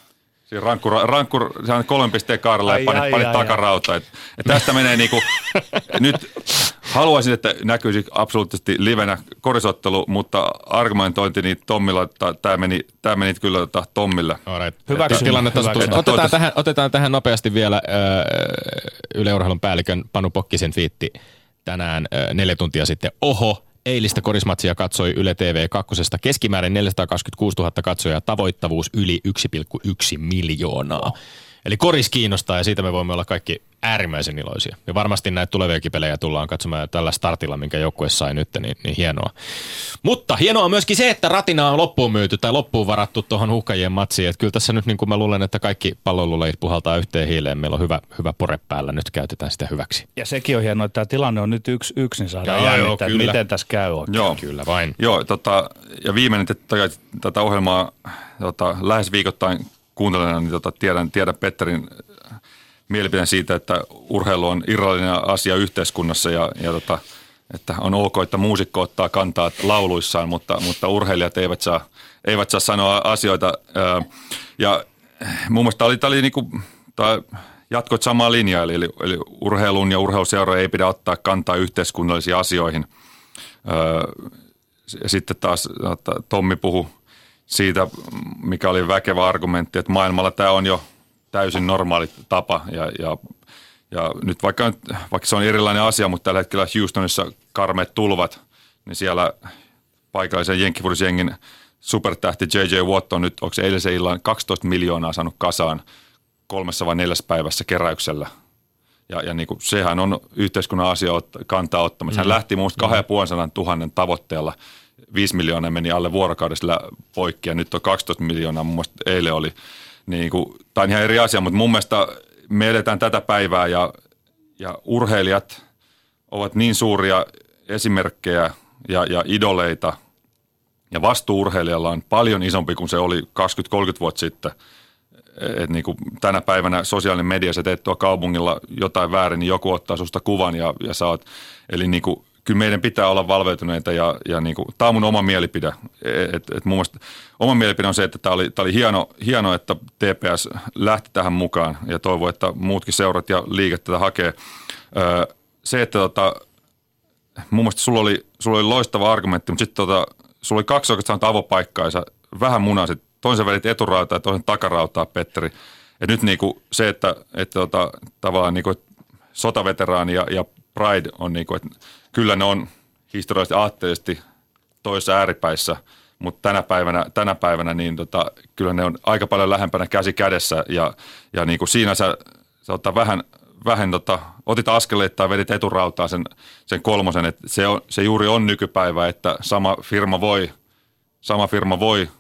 Siinä rankku, rankku sehän kolmen pisteen kaarella ja panit, panit takarauta. Et, et tästä menee niinku, nyt haluaisin, että näkyisi absoluuttisesti livenä korisottelu, mutta argumentointi niin Tommilla, tämä meni, tää meni kyllä tota, Tommille. Hyväksyn. Tilanne otetaan, tähän, otetaan tähän nopeasti vielä äh, Yle Urheilun päällikön Panu Pokkisen fiitti tänään äh, neljä tuntia sitten. Oho! Eilistä korismatsia katsoi Yle T V kaksi. Keskimäärin neljäsataakaksikymmentäkuusituhatta katsojaa, tavoittavuus yli yksi pilkku yksi miljoonaa. Eli koris kiinnostaa ja siitä me voimme olla kaikki äärimmäisen iloisia. Ja varmasti näitä tuleviakin pelejä tullaan katsomaan tällä startilla, minkä joukkue sai nyt, niin, niin hienoa. Mutta hienoa on myöskin se, että ratina on loppuun myyty tai loppuun varattu tuohon Huuhkajien matsiin. Että kyllä tässä nyt niin kuin mä luulen, että kaikki pallolulajit puhaltaa yhteen hiileen. Meillä on hyvä, hyvä pore päällä, nyt käytetään sitä hyväksi. Ja sekin on hienoa, että tämä tilanne on nyt yksi yksi, niin saadaan jännittää, miten tässä käy oikein. Joo, kyllä vain. Joo, tota, ja viimeinen, että tätä ohjelmaa tota, lähes viikoittain kuuntelijana, niin tota, tiedän, tiedän Petterin mielipiteen siitä, että urheilu on irrallinen asia yhteiskunnassa ja, ja tota, että on ok, että muusikko ottaa kantaa lauluissaan, mutta, mutta urheilijat eivät saa, eivät saa sanoa asioita. Ja mun mielestä tämä oli, tämä oli niin kuin, tämä jatkoit samaa linjaa, eli, eli urheilun ja urheiluseuroja ei pidä ottaa kantaa yhteiskunnallisiin asioihin. Ja sitten taas Tommi puhui siitä, mikä oli väkevä argumentti, että maailmalla tämä on jo täysin normaali tapa ja, ja, ja nyt vaikka, vaikka se on erilainen asia, mutta tällä hetkellä Houstonissa karmeet tulvat, niin siellä paikallisen jenkkifurisjengin supertähti J J Watt on nyt, onko se eilisen illan kaksitoista miljoonaa saanut kasaan kolmessa vai neljässä päivässä keräyksellä. Ja, ja niin kuin, sehän on yhteiskunnan asia kantaa ottamassa. Hän mm. lähti muusta kahden ja puolen tuhannen tavoitteella. Viisi miljoonaa meni alle vuorokaudessa poikki ja nyt on kaksitoista miljoonaa, mun mielestä eilen oli. Niin kuin, tämä on ihan eri asia, mutta mun mielestä me eletään tätä päivää ja, ja urheilijat ovat niin suuria esimerkkejä ja, ja idoleita ja vastuu-urheilijalla on paljon isompi kuin se oli kaksikymmentä kolmekymmentä vuotta sitten. Et niin kuin tänä päivänä sosiaalinen media, sä teet tuo kaupungilla jotain väärin, niin joku ottaa susta kuvan ja, ja sä oot, eli niin kuin, kyllä meidän pitää olla valveutuneita ja, ja niin kuin, tämä on mun oma mielipide. Et, et mun mielestä oma mielipide on se, että tämä oli, oli hieno, hieno, että T P S lähti tähän mukaan ja toivoo, että muutkin seurat ja liiket tätä hakee. Öö, se, että tota, mun mielestä sulla oli, sulla oli loistava argumentti, mutta sitten tota, sulla oli kaksi oikeastaan avopaikkaa ja sä vähän munasit. Toisen vedit eturautaa ja toisen takarautaa, Petteri. Ja nyt niinku se, että, että tota, tavallaan niinku, sotaveteraani ja, ja Pride on, niinku, että kyllä ne on historiallisesti aatteellisesti toisessa ääripäissä, mutta tänä päivänä, tänä päivänä niin tota, kyllä ne on aika paljon lähempänä käsi kädessä ja, ja niinku siinä sä, sä ottaa vähän, vähän tota, otit askeleita tai vedit eturautaa sen, sen kolmosen, että se, on, se juuri on nykypäivä, että sama firma voi, sama firma voi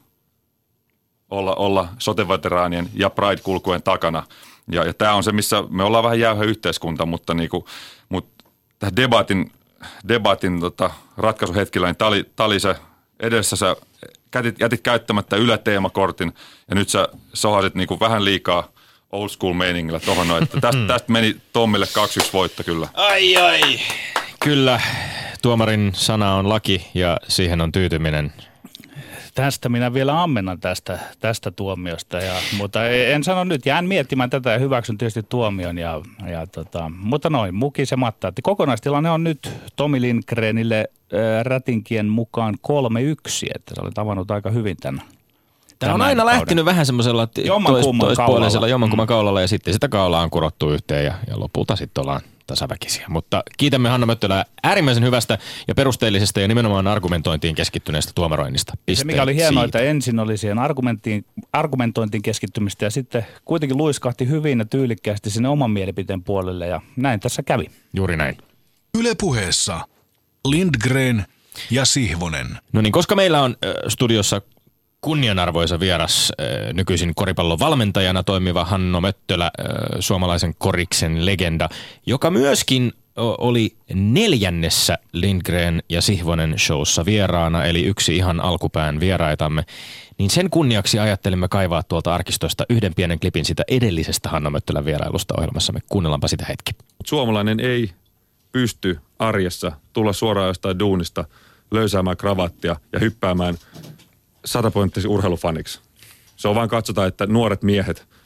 olla, olla sotaveteraanien ja Pride-kulkujen takana. Ja, ja tämä on se, missä me ollaan vähän jäyhä yhteiskunta, mutta, niinku, mutta tähän debatin, debatin tota, ratkaisuhetkillä, niin tämä oli, oli se, edessä sä jätit, jätit käyttämättä yläteemakortin ja nyt sä sohasit niinku vähän liikaa old school meiningillä tuohon noin, että tästä, tästä meni Tommille kaksi yksi voitto kyllä. Ai ai, kyllä tuomarin sana on laki ja siihen on tyytyminen. Tästä minä vielä ammennan tästä, tästä tuomiosta, ja, mutta en sano nyt, jään miettimään tätä ja hyväksyn tietysti tuomion, ja, ja tota, mutta noin, mukisematta. Kokonaistilanne on nyt Tomi Lindgrenille äh, rätinkien mukaan kolme yksi, että sä olet avannut aika hyvin tämän. Tämä on aina kauden lähtenyt vähän semmoisella tois, toispuoleisella jommankumman mm. kaulalla ja sitten sitä kaulaa on kurottu yhteen ja, ja lopulta sitten ollaan tasaväkisiä. Mutta kiitämme Hanna Möttölää äärimmäisen hyvästä ja perusteellisesta ja nimenomaan argumentointiin keskittyneestä tuomaroinnista. Se mikä oli hienoa, että ensin oli siihen argumentointiin keskittymistä ja sitten kuitenkin luiskahti hyvin ja tyylikkäästi sinne oman mielipiteen puolelle ja näin tässä kävi. Juuri näin. Yle Puheessa Lindgren ja Sihvonen. No niin, koska meillä on äh, studiossa kunnianarvoisa vieras äh, nykyisin koripallon valmentajana toimiva Hanno Möttölä, äh, suomalaisen koriksen legenda, joka myöskin oli neljännessä Lindgren ja Sihvonen showssa vieraana, eli yksi ihan alkupään vieraitamme, niin sen kunniaksi ajattelimme kaivaa tuolta arkistosta yhden pienen klipin sitä edellisestä Hanno Möttölän vierailusta ohjelmassamme. Kuunnellaanpa sitä hetki. Suomalainen ei pysty arjessa tulla suoraan jostain duunista, löysäämään kravattia ja hyppäämään satapointtisi urheilufaniksi. Se on vaan katsotaan, että nuoret miehet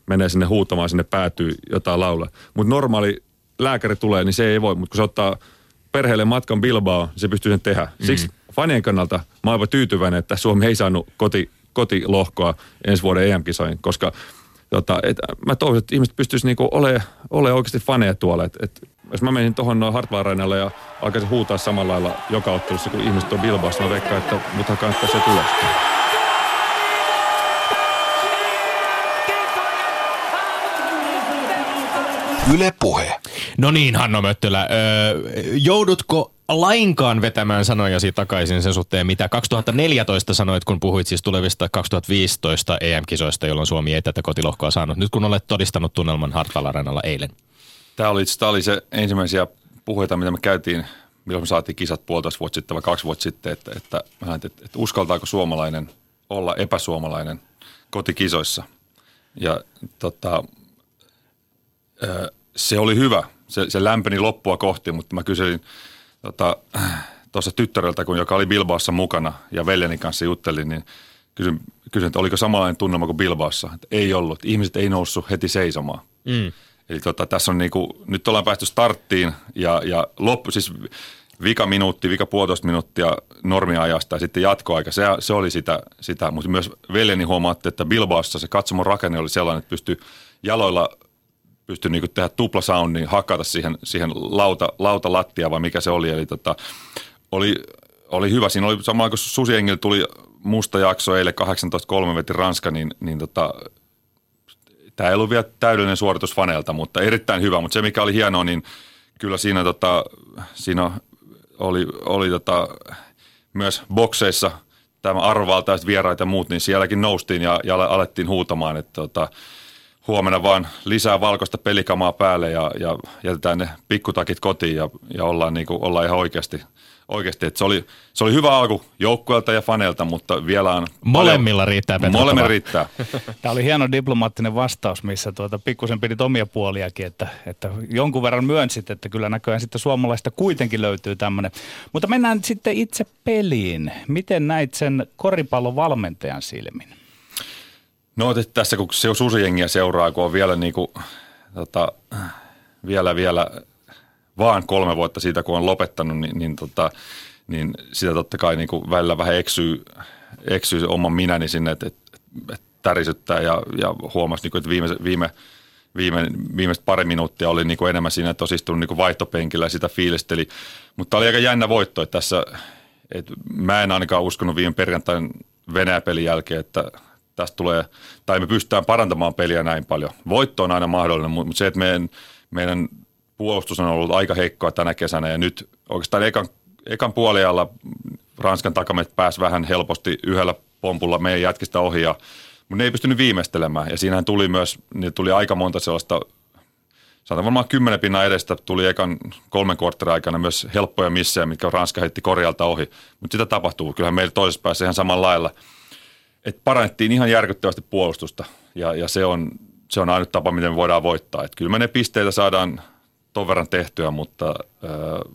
menee sinne huutamaan, sinne päätyy jotain laulaa. Mutta normaali lääkäri tulee, niin se ei voi, mutta kun se ottaa perheelle matkan Bilbao, se pystyy sen tehdä. Siksi mm. fanien kannalta mä oon tyytyväinen, että Suomi ei saanut koti, kotilohkoa ensi vuoden E M-kisoihin, koska tota, et, mä toivon, että ihmiset pystyisivät niinku olemaan ole oikeasti faneja tuolla. Et, et, jos mä menisin tuohon Hartwall Areenalle ja alkaisin huutaa samalla lailla joka ottelussa, kun ihmiset on Bilbaossa, mä veikkaan, että muthan kannattaa se tulla. Yle Puhe. No niin, Hanno Möttölä, öö, joudutko lainkaan vetämään sanojasi takaisin sen suhteen, mitä kaksituhattaneljätoista sanoit, kun puhuit siis tulevista kaksituhattaviisitoista E M-kisoista, jolloin Suomi ei tätä kotilohkoa saanut, nyt kun olet todistanut tunnelman Hartwall Areenalla eilen? Tämä oli, tämä oli se ensimmäisiä puheita, mitä me käytiin, milloin me saatiin kisat puolitoista vuotta sitten vai kaksi vuotta sitten, että, että, että, että uskaltaako suomalainen olla epäsuomalainen kotikisoissa. Ja tota, se oli hyvä. Se, se lämpeni loppua kohti, mutta mä kyselin tuossa tota, tyttäreltä, kun, joka oli Bilbaossa mukana ja veljeni kanssa juttelin, niin kysyin, kysyin, että oliko samanlainen tunnelma kuin Bilbaossa. Että ei ollut. Ihmiset ei noussut heti seisomaan. Mm. Eli tota, tässä on niinku, nyt ollaan päästy starttiin ja, ja loppu, siis vika minuutti, vika puolitoista minuuttia normiajasta ja sitten jatkoaika, se, se oli sitä, sitä. Mutta myös veljeni huomaatti, että Bilbaossa se katsomon rakenne oli sellainen, että pystyi jaloilla pystyi niinku tehdä tuplasoundin, hakata siihen, siihen lauta, lautalattia vai mikä se oli. Eli tota, oli, oli hyvä. Siinä oli samalla kun Susiengillä tuli musta jakso eilen kahdeksantoista kolme veti Ranska, niin, niin tota, tämä ei ollut vielä täydellinen suoritus faneilta, mutta erittäin hyvä. Mutta se mikä oli hienoa, niin kyllä siinä, tota, siinä oli, oli tota, myös bokseissa tämä arvovaltaiset vieraat ja muut, niin sielläkin noustiin ja, ja alettiin huutamaan, että tota, huomenna vaan lisää valkoista pelikamaa päälle ja, ja jätetään ne pikkutakit kotiin ja, ja ollaan, niin kuin, ollaan ihan oikeasti. Oikeasti, että se oli, se oli hyvä alku joukkueelta ja faneilta, mutta vielä on... Molemmilla paljon, riittää petrattavaa. Molemmilla riittää. Tämä oli hieno diplomaattinen vastaus, missä tuota, pikkusen pidit omia puoliakin, että, että jonkun verran myönsit, että kyllä näköjään sitten suomalaista kuitenkin löytyy tämmöinen. Mutta mennään sitten itse peliin. Miten näit sen koripallon valmentajan silmin? No tässä kun se Susijengiä seuraa, kun on vielä, niin kuin, tota, vielä, vielä vaan kolme vuotta siitä, kun on lopettanut, niin, niin, tota, niin sitä totta kai niin kuin välillä vähän eksyy, eksyy oman minäni sinne, että, että, että tärisyttää ja, ja huomasi, niin kuin, että viime, viime, viime, viimeiset pari minuuttia oli niin kuin enemmän siinä, että olisi istunut niin kuin vaihtopenkillä ja sitä fiilisteli. Mutta oli aika jännä voitto, että tässä, että mä en ainakaan uskonut viime perjantain Venäjä-pelin jälkeen, että tästä tulee, tai me pystytään parantamaan peliä näin paljon. Voitto on aina mahdollinen, mutta se, että meidän, meidän puolustus on ollut aika heikkoa tänä kesänä ja nyt oikeastaan ekan, ekan puoliajalla Ranskan takamet pääsi vähän helposti yhdellä pompulla meidän jätkistä ohi, ja, mutta ne ei pystynyt viimeistelemään ja siinähän tuli myös, niin tuli aika monta sellaista, sanotaan varmaan kymmenen pinnan edestä tuli ekan kolmen kortterin aikana myös helppoja missejä, mitkä Ranska heitti korjalta ohi, mutta sitä tapahtuu. Kyllähän meillä toisessa päässä ihan samalla lailla. Että parannettiin ihan järkyttävästi puolustusta ja, ja se, on, se on ainut tapa, miten me voidaan voittaa. Et kyllä me ne pisteitä saadaan ton verran tehtyä, mutta ää,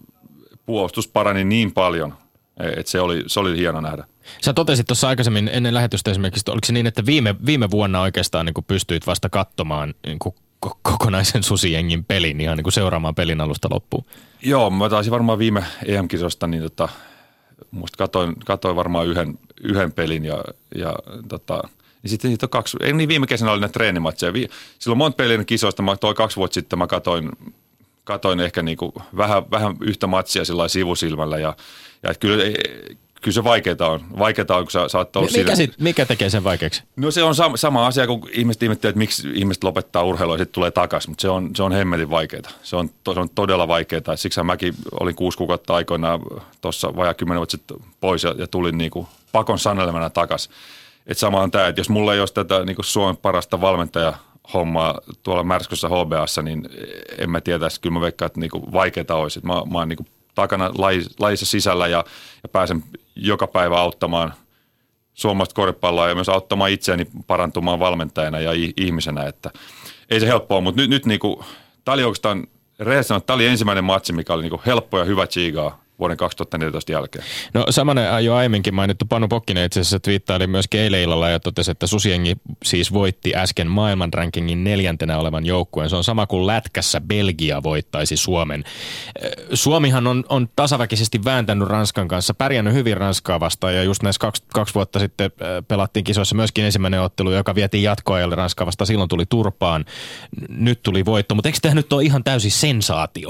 puolustus parani niin paljon, että se oli, se oli hieno nähdä. Sä totesit tuossa aikaisemmin ennen lähetystä esimerkiksi, että oliko se niin, että viime, viime vuonna oikeastaan niin pystyit vasta katsomaan niin kokonaisen Susijengin pelin, ihan niin seuraamaan pelin alusta loppuun? Joo, mä taisin varmaan viime E M-kisosta, niin tota, musta katoin, katoin varmaan yhden, yhden pelin ja, ja tota, niin sitten niitä on kaksi, ei niin viime kesänä oli ne treenimatseja. Silloin monta pelin kisoista, mä toi kaksi vuotta sitten mä katoin, katoin ehkä niinku vähän, vähän yhtä matsia sillä sivusilmällä ja, ja kyllä, kyllä se vaikeaa on. Vaikeaa on, kun sä saat olla mikä, sit, mikä tekee sen vaikeaksi? No se on sama, sama asia, kun ihmiset ihmettelee, että miksi ihmiset lopettaa urheilua ja sitten tulee takaisin, mutta se on, se on hemmetin vaikeaa. Se on, se on todella vaikeaa. Siksi mäkin olin kuusi kuukautta aikoinaan tuossa vajaa kymmenen vuotta sitten pois ja, ja tulin niinku pakon sanelemana takaisin. Että sama on tämä, että jos mulla ei olisi tätä niinku Suomen parasta valmentajahommaa tuolla Märskyssä H B A:ssa, niin en mä tietäisi, kyllä mä veikkaan, että niinku vaikeaa olisi. Mä, mä oon niinku takana lajissa sisällä ja, ja pääsen joka päivä auttamaan suomalaista koripalloa ja myös auttamaan itseäni parantumaan valmentajana ja ihmisenä, että ei se helppoa, mutta nyt, nyt niinku, tämä oli oikeastaan, rehellisesti sanoen, tämä oli ensimmäinen matsi, mikä oli niinku helppo ja hyvä chiigaa vuoden kaksituhattaneljätoista jälkeen. No samanen jo aiemminkin mainittu Panu Pokkinen itse asiassa twiittaili myöskin eilen illalla ja totesi, että Susijengi siis voitti äsken maailman rankingin neljäntenä olevan joukkueen. Se on sama kuin lätkässä Belgia voittaisi Suomen. Suomihan on, on tasaväkisesti vääntänyt Ranskan kanssa, pärjännyt hyvin Ranskaa vastaan ja just näissä kaksi, kaksi vuotta sitten pelattiin kisoissa myöskin ensimmäinen ottelu, joka vietiin jatkoajalle Ranskaa vastaan. Silloin tuli turpaan, nyt tuli voitto, mutta eikö tämä nyt ole ihan täysin sensaatio?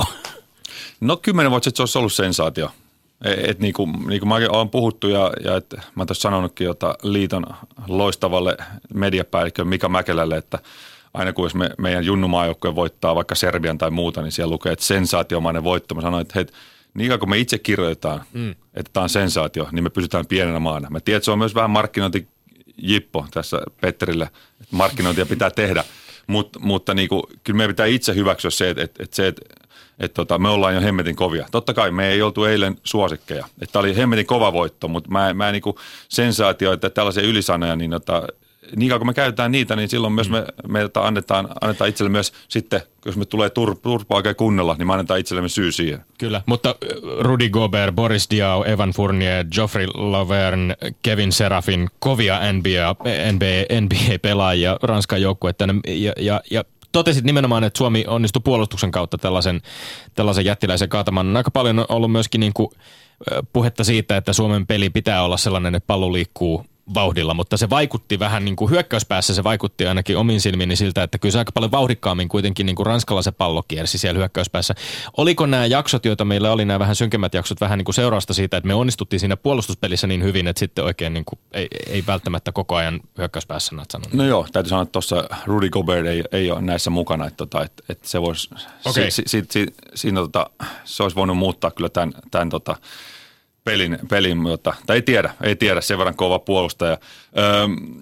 No kymmenen vuotta sitten se olisi ollut sensaatio. Et niin kuin, niin kuin mä olen puhuttu ja, ja et mä tuossa sanonutkin jota liiton loistavalle mediapäällikköön Mika Mäkelälle, että aina kun jos me, meidän junnumaajoukkue voittaa vaikka Serbian tai muuta, niin siellä lukee, että sensaatiomainen voitto. Mä sanoin, että hei, niin kun me itse kirjoitetaan, mm. että tämä on sensaatio, niin me pysytään pienenä maana. Mä tiedän, että se on myös vähän markkinointijippo tässä Petterille, että markkinointia pitää tehdä, Mut, mutta niin kuin, kyllä meidän pitää itse hyväksyä se, että, että, että se, että että tota, me ollaan jo hemmetin kovia. Totta kai me ei oltu eilen suosikkeja. Tämä oli hemmetin kova voitto, mutta mä, mä en niin kuin sensaatio, että tällaisia ylisanoja, niin tota, niin kauan kun me käytetään niitä, niin silloin myös me, me tota, annetaan, annetaan itselle myös sitten, jos me tulee tur, turpaa oikein kunnolla, niin me annetaan itsellemme syy siihen. Kyllä, mutta Rudy Gobert, Boris Diaw, Evan Fournier, Geoffrey Lauvergne, Kevin Serafin, kovia N B A, N B A-pelaajia Ranskan joukkuetta ja, ja, ja totesit nimenomaan, että Suomi onnistui puolustuksen kautta tällaisen, tällaisen jättiläisen kaatamaan. Aika paljon on ollut myöskin niin kuin puhetta siitä, että Suomen peli pitää olla sellainen, että pallo liikkuu vauhdilla, mutta se vaikutti vähän niin kuin hyökkäyspäässä, se vaikutti ainakin omiin silmiini siltä, että kyllä se aika paljon vauhdikkaammin kuitenkin niin kuin Ranskalla se pallo kiersi siellä hyökkäyspäässä. Oliko nämä jaksot, joita meillä oli, nämä vähän synkemmät jaksot, vähän niin kuin seurausta siitä, että me onnistuttiin siinä puolustuspelissä niin hyvin, että sitten oikein niin kuin ei, ei välttämättä koko ajan hyökkäyspäässä natsanut? No joo, täytyy sanoa, että tuossa Rudy Gobert ei, ei ole näissä mukana, että, tota, että, että se voisi, okay. si, si, si, siinä tota, se olisi voinut muuttaa kyllä tämän, tämän tota, pelin, pelin mutta, tai ei tiedä, ei tiedä, sen verran kova puolustaja. Öö,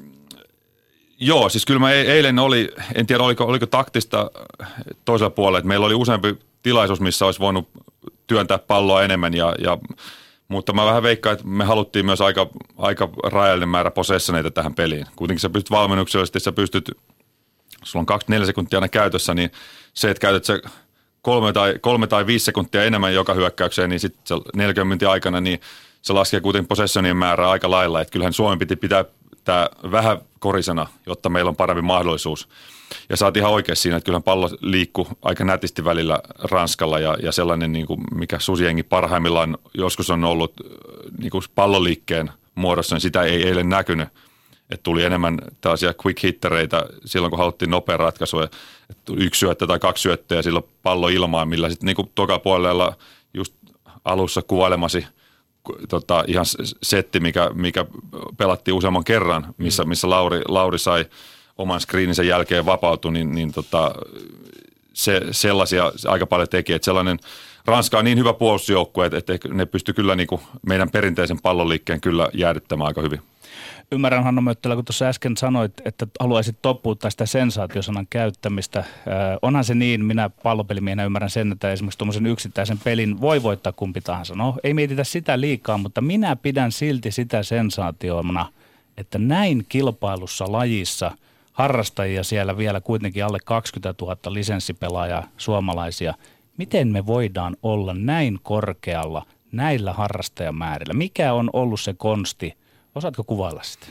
joo, siis kyllä mä eilen oli, en tiedä oliko, oliko taktista toisella puolella, että meillä oli useampi tilaisuus, missä olisi voinut työntää palloa enemmän, ja, ja, mutta mä vähän veikkaan, että me haluttiin myös aika, aika rajallinen määrä possessioneita tähän peliin. Kuitenkin sä pystyt valmennuksellisesti, sä pystyt, sulla on kaksikymmentäneljä sekuntia aina käytössä, niin se, että käytät se kolme tai, kolme tai viisi sekuntia enemmän joka hyökkäykseen, niin sitten se neljäkymmentä minuutin aikana, niin se laskee kuitenkin possessionien määrää aika lailla. Että kyllähän Suomen piti pitää tämä vähän korisena, jotta meillä on parempi mahdollisuus. Ja sä oot ihan oikeassa siinä, että kyllähän pallo liikkuu aika nätisti välillä Ranskalla ja, ja sellainen, niin kuin mikä Susijengi parhaimmillaan joskus on ollut niin kuin palloliikkeen muodossa, niin sitä ei eilen näkynyt. Että tuli enemmän tällaisia quick hittereitä silloin, kun haluttiin nopea ratkaisu. Että yksi syöttö tai kaksi syöttöä ja silloin pallo ilmaan, millä sitten niin kuin toka puolella just alussa kuvailemasi tota, ihan setti, mikä, mikä pelattiin useamman kerran, missä, missä Lauri, Lauri sai oman screeninsa jälkeen vapautui, niin, niin tota, se, sellaisia aika paljon teki. Että sellainen Ranska on niin hyvä puolustusjoukkue, että, että ne pystyy kyllä niin kuin meidän perinteisen palloliikkeen kyllä jäädyttämään aika hyvin. Ymmärrän, Hanno Möttölä, kun tuossa äsken sanoit, että haluaisit toppuuttaa sitä sensaatiosanan käyttämistä. Äh, onhan se niin, minä pallopelimiehenä ymmärrän sen, että esimerkiksi tuommoisen yksittäisen pelin voi voittaa kumpi tahansa. No, ei mietitä sitä liikaa, mutta minä pidän silti sitä sensaationa, että näin kilpailussa lajissa harrastajia siellä vielä kuitenkin alle kaksikymmentätuhatta lisenssipelaajaa suomalaisia. Miten me voidaan olla näin korkealla näillä harrastajamäärillä? Mikä on ollut se konsti? Osaatko kuvailla sitä?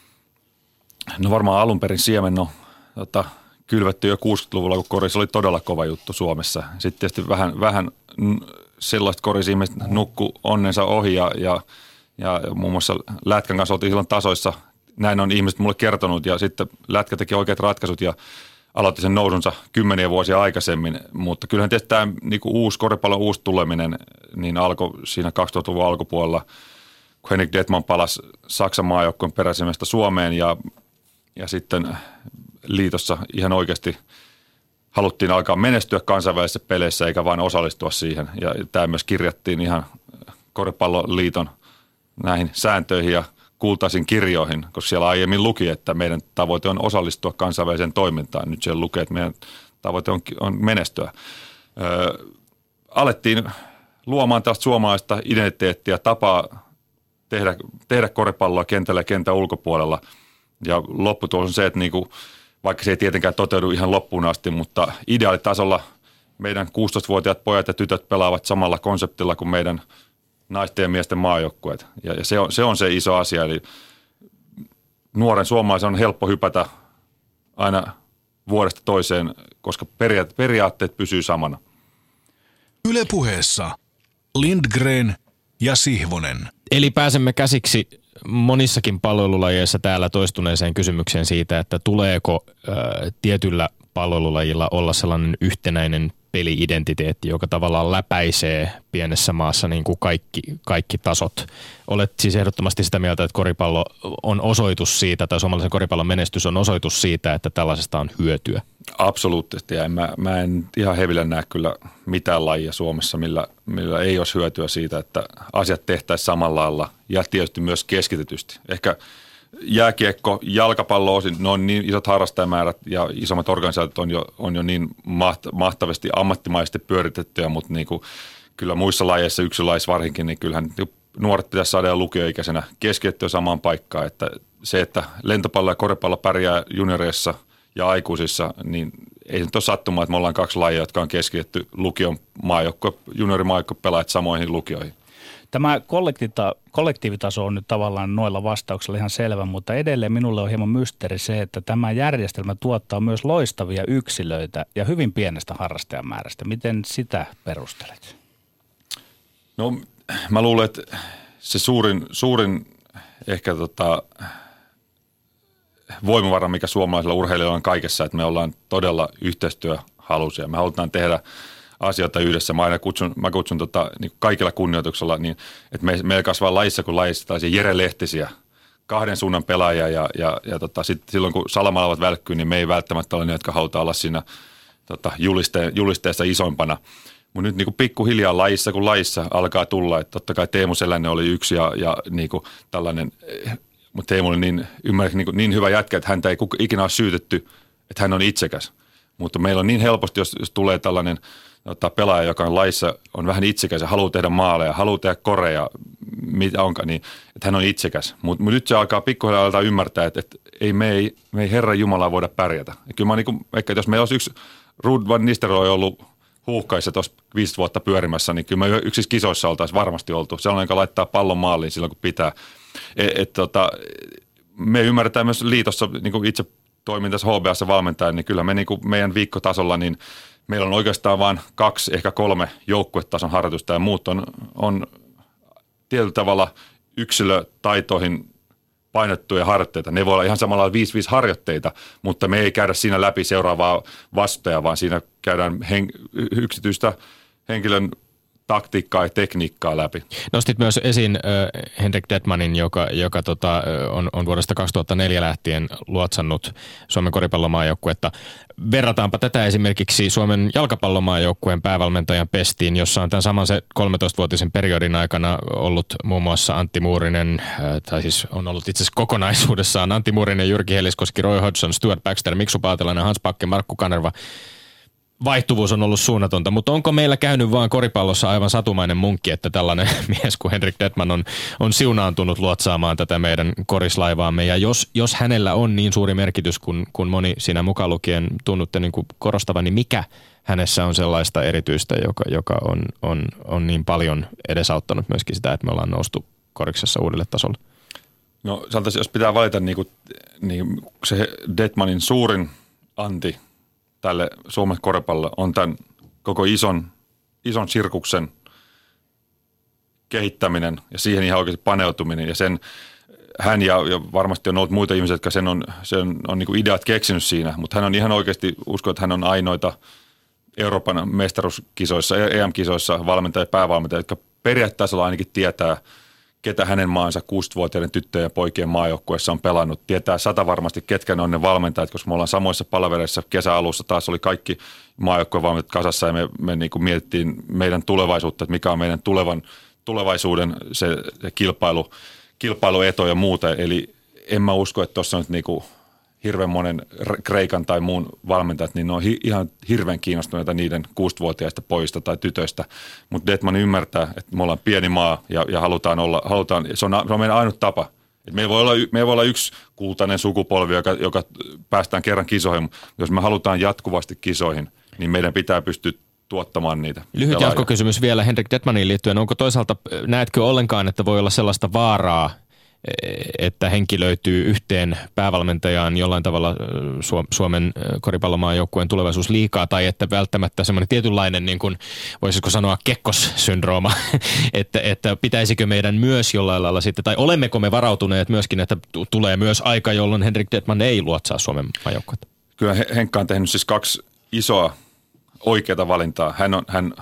No varmaan alun perin siemen on tota, kylvetty jo kuusikymmentäluvulla, kun koris oli todella kova juttu Suomessa. Sitten tietysti vähän, vähän sellaiset korisihmiset nukku onnensa ohi ja, ja, ja muun muassa Lätkän kanssa oltiin silloin tasoissa. Näin on ihmiset mulle kertonut ja sitten Lätkä teki oikeat ratkaisut ja aloitti sen nousunsa kymmeniä vuosia aikaisemmin. Mutta kyllähän tietysti tämä niin kuin uusi koripallon uusi tuleminen niin alkoi siinä kaksituhattaluvun alkupuolella, kun Henrik Detman palasi Saksan maajoukkueen peräisemästä Suomeen ja, ja sitten liitossa ihan oikeasti haluttiin alkaa menestyä kansainvälisissä peleissä eikä vain osallistua siihen. Ja tämä myös kirjattiin ihan Koripalloliiton näihin sääntöihin ja kultaisiin kirjoihin, koska siellä aiemmin luki, että meidän tavoite on osallistua kansainväliseen toimintaan. Nyt siellä lukee, että meidän tavoite on, on menestyä. Öö, alettiin luomaan tästä suomalaista identiteettiä, tapaa tehdä, tehdä koripalloa kentällä ja kentän ulkopuolella. Ja lopputulos on se, että niinku, vaikka se ei tietenkään toteudu ihan loppuun asti, mutta ideaalitasolla meidän kuusitoistavuotiaat pojat ja tytöt pelaavat samalla konseptilla kuin meidän naisten ja miesten maajoukkueet. Ja, ja se, on, se on se iso asia, eli nuoren suomalaisen on helppo hypätä aina vuodesta toiseen, koska periaatteet, periaatteet pysyy samana. Yle Puheessa Lindgren ja Sihvonen. Eli pääsemme käsiksi monissakin palloilulajeissa täällä toistuneeseen kysymykseen siitä, että tuleeko ää, tietyllä palloilulajilla olla sellainen yhtenäinen peli-identiteetti, joka tavallaan läpäisee pienessä maassa niin kuin kaikki, kaikki tasot. Olet siis ehdottomasti sitä mieltä, että koripallo on osoitus siitä, tai suomalaisen koripallon menestys on osoitus siitä, että tällaisesta on hyötyä. Absoluuttisesti, ja mä, mä en ihan hevillä näe kyllä mitään lajia Suomessa, millä, millä ei olisi hyötyä siitä, että asiat tehtäisiin samalla lailla, ja tietysti myös keskitetysti. Ehkä jääkiekko, jalkapallo osin, ne on niin isot harrastajamäärät ja isommat organisaatiot on jo, on jo niin mahtavasti ammattimaisesti pyöritettyjä, mutta niin kuin, kyllä muissa lajeissa, yksilölaissa varsinkin, niin kyllähän nuoret pitäisi saada jo lukioikäisenä keskitettyä samaan paikkaan. Että se, että lentopallo ja koripallo pärjää junioreissa ja aikuisissa, niin ei se nyt ole sattumaa, että me ollaan kaksi lajia, jotka on keskitetty lukion maajoukko, juniorimaajoukko pelaajat samoihin lukioihin. Tämä kollektiivitaso on nyt tavallaan noilla vastauksilla ihan selvä, mutta edelleen minulle on hieman mysteeri se, että tämä järjestelmä tuottaa myös loistavia yksilöitä ja hyvin pienestä harrastajamäärästä. Miten sitä perustelet? No mä luulen, että se suurin, suurin ehkä tota, voimavara, mikä suomalaisilla urheilijoilla on kaikessa, että me ollaan todella yhteistyöhaluisia. Me halutaan tehdä asioita yhdessä. Mä aina kutsun, mä kutsun tota, niin kaikilla kunnioituksella, niin, että me, meillä kasvaa lajissa kuin lajissa tällaisia Jere Lehtisiä, kahden suunnan pelaajia ja, ja, ja tota, sit, silloin kun salamalavat välkkyy, niin me ei välttämättä ole ne, jotka halutaan olla siinä tota, juliste, julisteessa isompana. Mutta nyt niin kuin pikkuhiljaa lajissa kuin lajissa alkaa tulla, että totta kai Teemu Selänne oli yksi ja, ja niin kuin tällainen, mutta Teemu oli niin, ymmärrän, niin, niin hyvä jätkä, että häntä ei ikinä ole syytetty, että hän on itsekäs. Mutta meillä on niin helposti, jos, jos tulee tällainen ottaa pelaaja, joka on laissa, on vähän itsekäs ja haluaa tehdä maaleja, haluaa tehdä koreja, mitä onkaan, niin että hän on itsekäs. Mutta mut nyt se alkaa pikkuhiljaa alkaa ymmärtää, että, että ei, me, ei, me ei Herran Jumalaa voida pärjätä. Ja kyllä mä niin kuin, ehkä jos meillä olisi yksi Ruud van Nistelrooy ollut huuhkaissa tuossa viisi vuotta pyörimässä, niin kyllä me yksissä kisoissa oltaisiin varmasti oltu. Sellainen, joka laittaa pallon maaliin silloin, kun pitää. Et, et, tota, me ymmärretään myös liitossa, niin kuin itse toimin tässä H B A:ssa valmentajan, niin kyllä me niin kuin meidän viikkotasolla, niin meillä on oikeastaan vain kaksi, ehkä kolme joukkuetason harjoitusta ja muut on, on tietyllä tavalla yksilötaitoihin painottuja harjoitteita. Ne voi olla ihan samalla viisi viisi harjoitteita, mutta me ei käydä siinä läpi seuraavaa vastajaa, vaan siinä käydään hen- yksityistä henkilön taktiikkaa ja tekniikkaa läpi. Nostit myös esiin äh, Henrik Detmanin, joka, joka tota, on, on vuodesta kaksituhattaneljä lähtien luotsannut Suomen koripallomaajoukkuetta. Verrataanpa tätä esimerkiksi Suomen jalkapallomaajoukkueen päävalmentajan pestiin, jossa on tämän saman se kolmetoistavuotisen periodin aikana ollut muun muassa Antti Muurinen, äh, tai siis on ollut itse asiassa kokonaisuudessaan Antti Muurinen, Jyrki Heliskoski, Roy Hodgson, Stuart Baxter, Miksu Paatelainen, Hans Bakke, Markku Kanerva. Vaihtuvuus on ollut suunnatonta, mutta onko meillä käynyt vaan koripallossa aivan satumainen munkki, että tällainen mies kuin Henrik Detman on, on siunaantunut luotsaamaan tätä meidän korislaivaamme. Ja jos, jos hänellä on niin suuri merkitys, kun, kun moni siinä mukaan lukien tunnutte niin kuin korostavan, niin mikä hänessä on sellaista erityistä, joka, joka on, on, on niin paljon edesauttanut myöskin sitä, että me ollaan noustu koriksessa uudelle tasolle? No sanotaan, jos pitää valita niin kuin, niin se Detmanin suurin anti tälle Suomen koripallolle on tämän koko ison, ison sirkuksen kehittäminen ja siihen ihan oikeasti paneutuminen. Ja sen hän ja, ja varmasti on ollut muita ihmisiä, jotka sen on, sen on niin kuin ideat keksinyt siinä, mutta hän on ihan oikeasti, uskon, että hän on ainoita Euroopan mestaruuskisoissa, E M-kisoissa valmentaja ja päävalmentaja, jotka periaatteessa ainakin tietää, ketä hänen maansa kuusivuotiaiden tyttöjen ja poikien maajoukkueessa on pelannut. Tietää sata varmasti, ketkä ne on ne valmentajat, koska me ollaan samoissa palavereissa kesäalussa. Taas oli kaikki maajoukkueen valmentajat kasassa ja me, me niin kuin mietittiin meidän tulevaisuutta, että mikä on meidän tulevan, tulevaisuuden se, se kilpailu, kilpailueto ja muuta. Eli en mä usko, että tuossa on nyt niin kuin hirveän monen Kreikan tai muun valmentajat, niin ne on hi- ihan hirveän kiinnostuneita niiden kuusivuotiaista pojista tai tytöistä. Mutta Detman ymmärtää, että me ollaan pieni maa ja, ja halutaan olla, halutaan, se on, se on meidän ainut tapa. Et meillä, voi olla, meillä voi olla yksi kultainen sukupolvi, joka, joka päästään kerran kisoihin. Jos me halutaan jatkuvasti kisoihin, niin meidän pitää pystyä tuottamaan niitä. Lyhyt pelaajia. jatkokysymys vielä Henrik Detmaniin liittyen. Onko toisaalta, näetkö ollenkaan, että voi olla sellaista vaaraa, että henki löytyy yhteen päävalmentajaan jollain tavalla Suomen koripallomaajoukkueen tulevaisuus liikaa, tai että välttämättä semmoinen tietynlainen, niin kuin, voisiko sanoa kekkossyndrooma, että, että pitäisikö meidän myös jollain lailla sitten, tai olemmeko me varautuneet myöskin, että tulee myös aika, jolloin Henrik Detman ei luotsaa Suomen maajoukkuetta? Kyllä Henkka on tehnyt siis kaksi isoa oikeata valintaa. Hän on, hän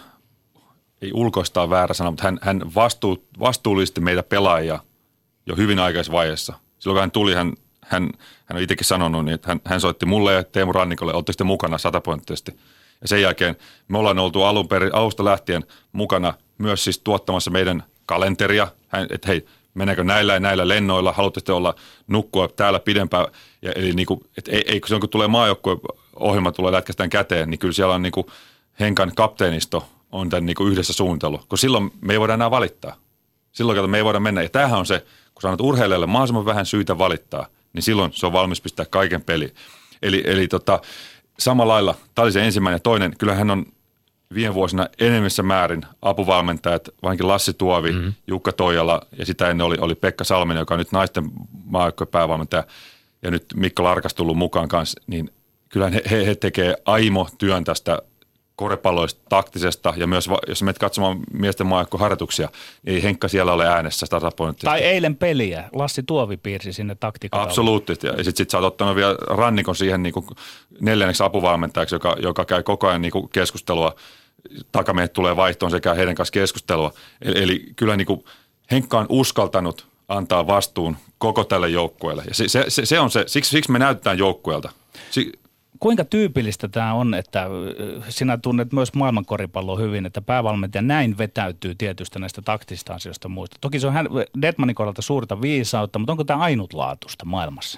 ei ulkoistaa väärä sana, mutta hän, hän vastuu, vastuullisesti meitä pelaajia jo hyvin aikaisessa vaiheessa. Silloin kun hän tuli, hän, hän, hän on itsekin sanonut, niin että hän, hän soitti mulle ja Teemu Rannikolle, olette sitten mukana sataprosenttisesti. Ja sen jälkeen me ollaan oltu alun perin, alusta lähtien mukana myös siis tuottamassa meidän kalenteria, hän, että hei, mennäänkö näillä ja näillä lennoilla, haluatte olla nukkua täällä pidempään. Ja, eli niin kuin, että ei, ei, kun silloin kun tulee maajoukkueohjelma, tulee lätkästään käteen, niin kyllä siellä on niin kuin Henkan kapteenisto on tämän niin kuin yhdessä suunnittelu, kun silloin me ei voida enää valittaa. Silloin kato, me ei voida mennä. Ja tämähän on se, kun sanot urheilijalle mahdollisimman vähän syitä valittaa, niin silloin se on valmis pistää kaiken peliin. Eli, eli tota, samalla lailla, tämä oli se ensimmäinen ja toinen, kyllähän on viime vuosina enemmissä määrin apuvalmentajat, vaikinkin Lassi Tuovi, mm-hmm. Jukka Toijala ja sitä ennen oli, oli Pekka Salminen, joka on nyt naisten maajoukkueen päävalmentaja ja nyt Mikko Larkas tullut mukaan kanssa, niin kyllähän he, he, he tekee aimo työn tästä koripalloista, taktisesta ja myös, jos menet katsomaan miesten maajoukkueharjoituksia, niin ei Henkka siellä ole äänessä tasapointtisesti. Tai eilen peliä. Lassi Tuovi piirsi sinne taktiikalla. Absoluuttisesti. Ja sitten sit sä oot ottanut vielä Rannikon siihen niin kuin neljänneksi apuvalmentajaksi, joka, joka käy koko ajan niin kuin keskustelua. Takamiehet tulee vaihtoon sekä heidän kanssa keskustelua. Eli, eli kyllä niin kuin Henkka on uskaltanut antaa vastuun koko tälle joukkueelle. Ja se, se, se, se on se, siksi, siksi me näytetään joukkueelta. Si- Kuinka tyypillistä tämä on, että sinä tunnet myös maailmankoripalloa hyvin, että päävalmentaja näin vetäytyy tietystä näistä taktisista asioista muista. Toki se on hän, Detmanin kohdalta suurta viisautta, mutta onko tämä ainutlaatuista maailmassa?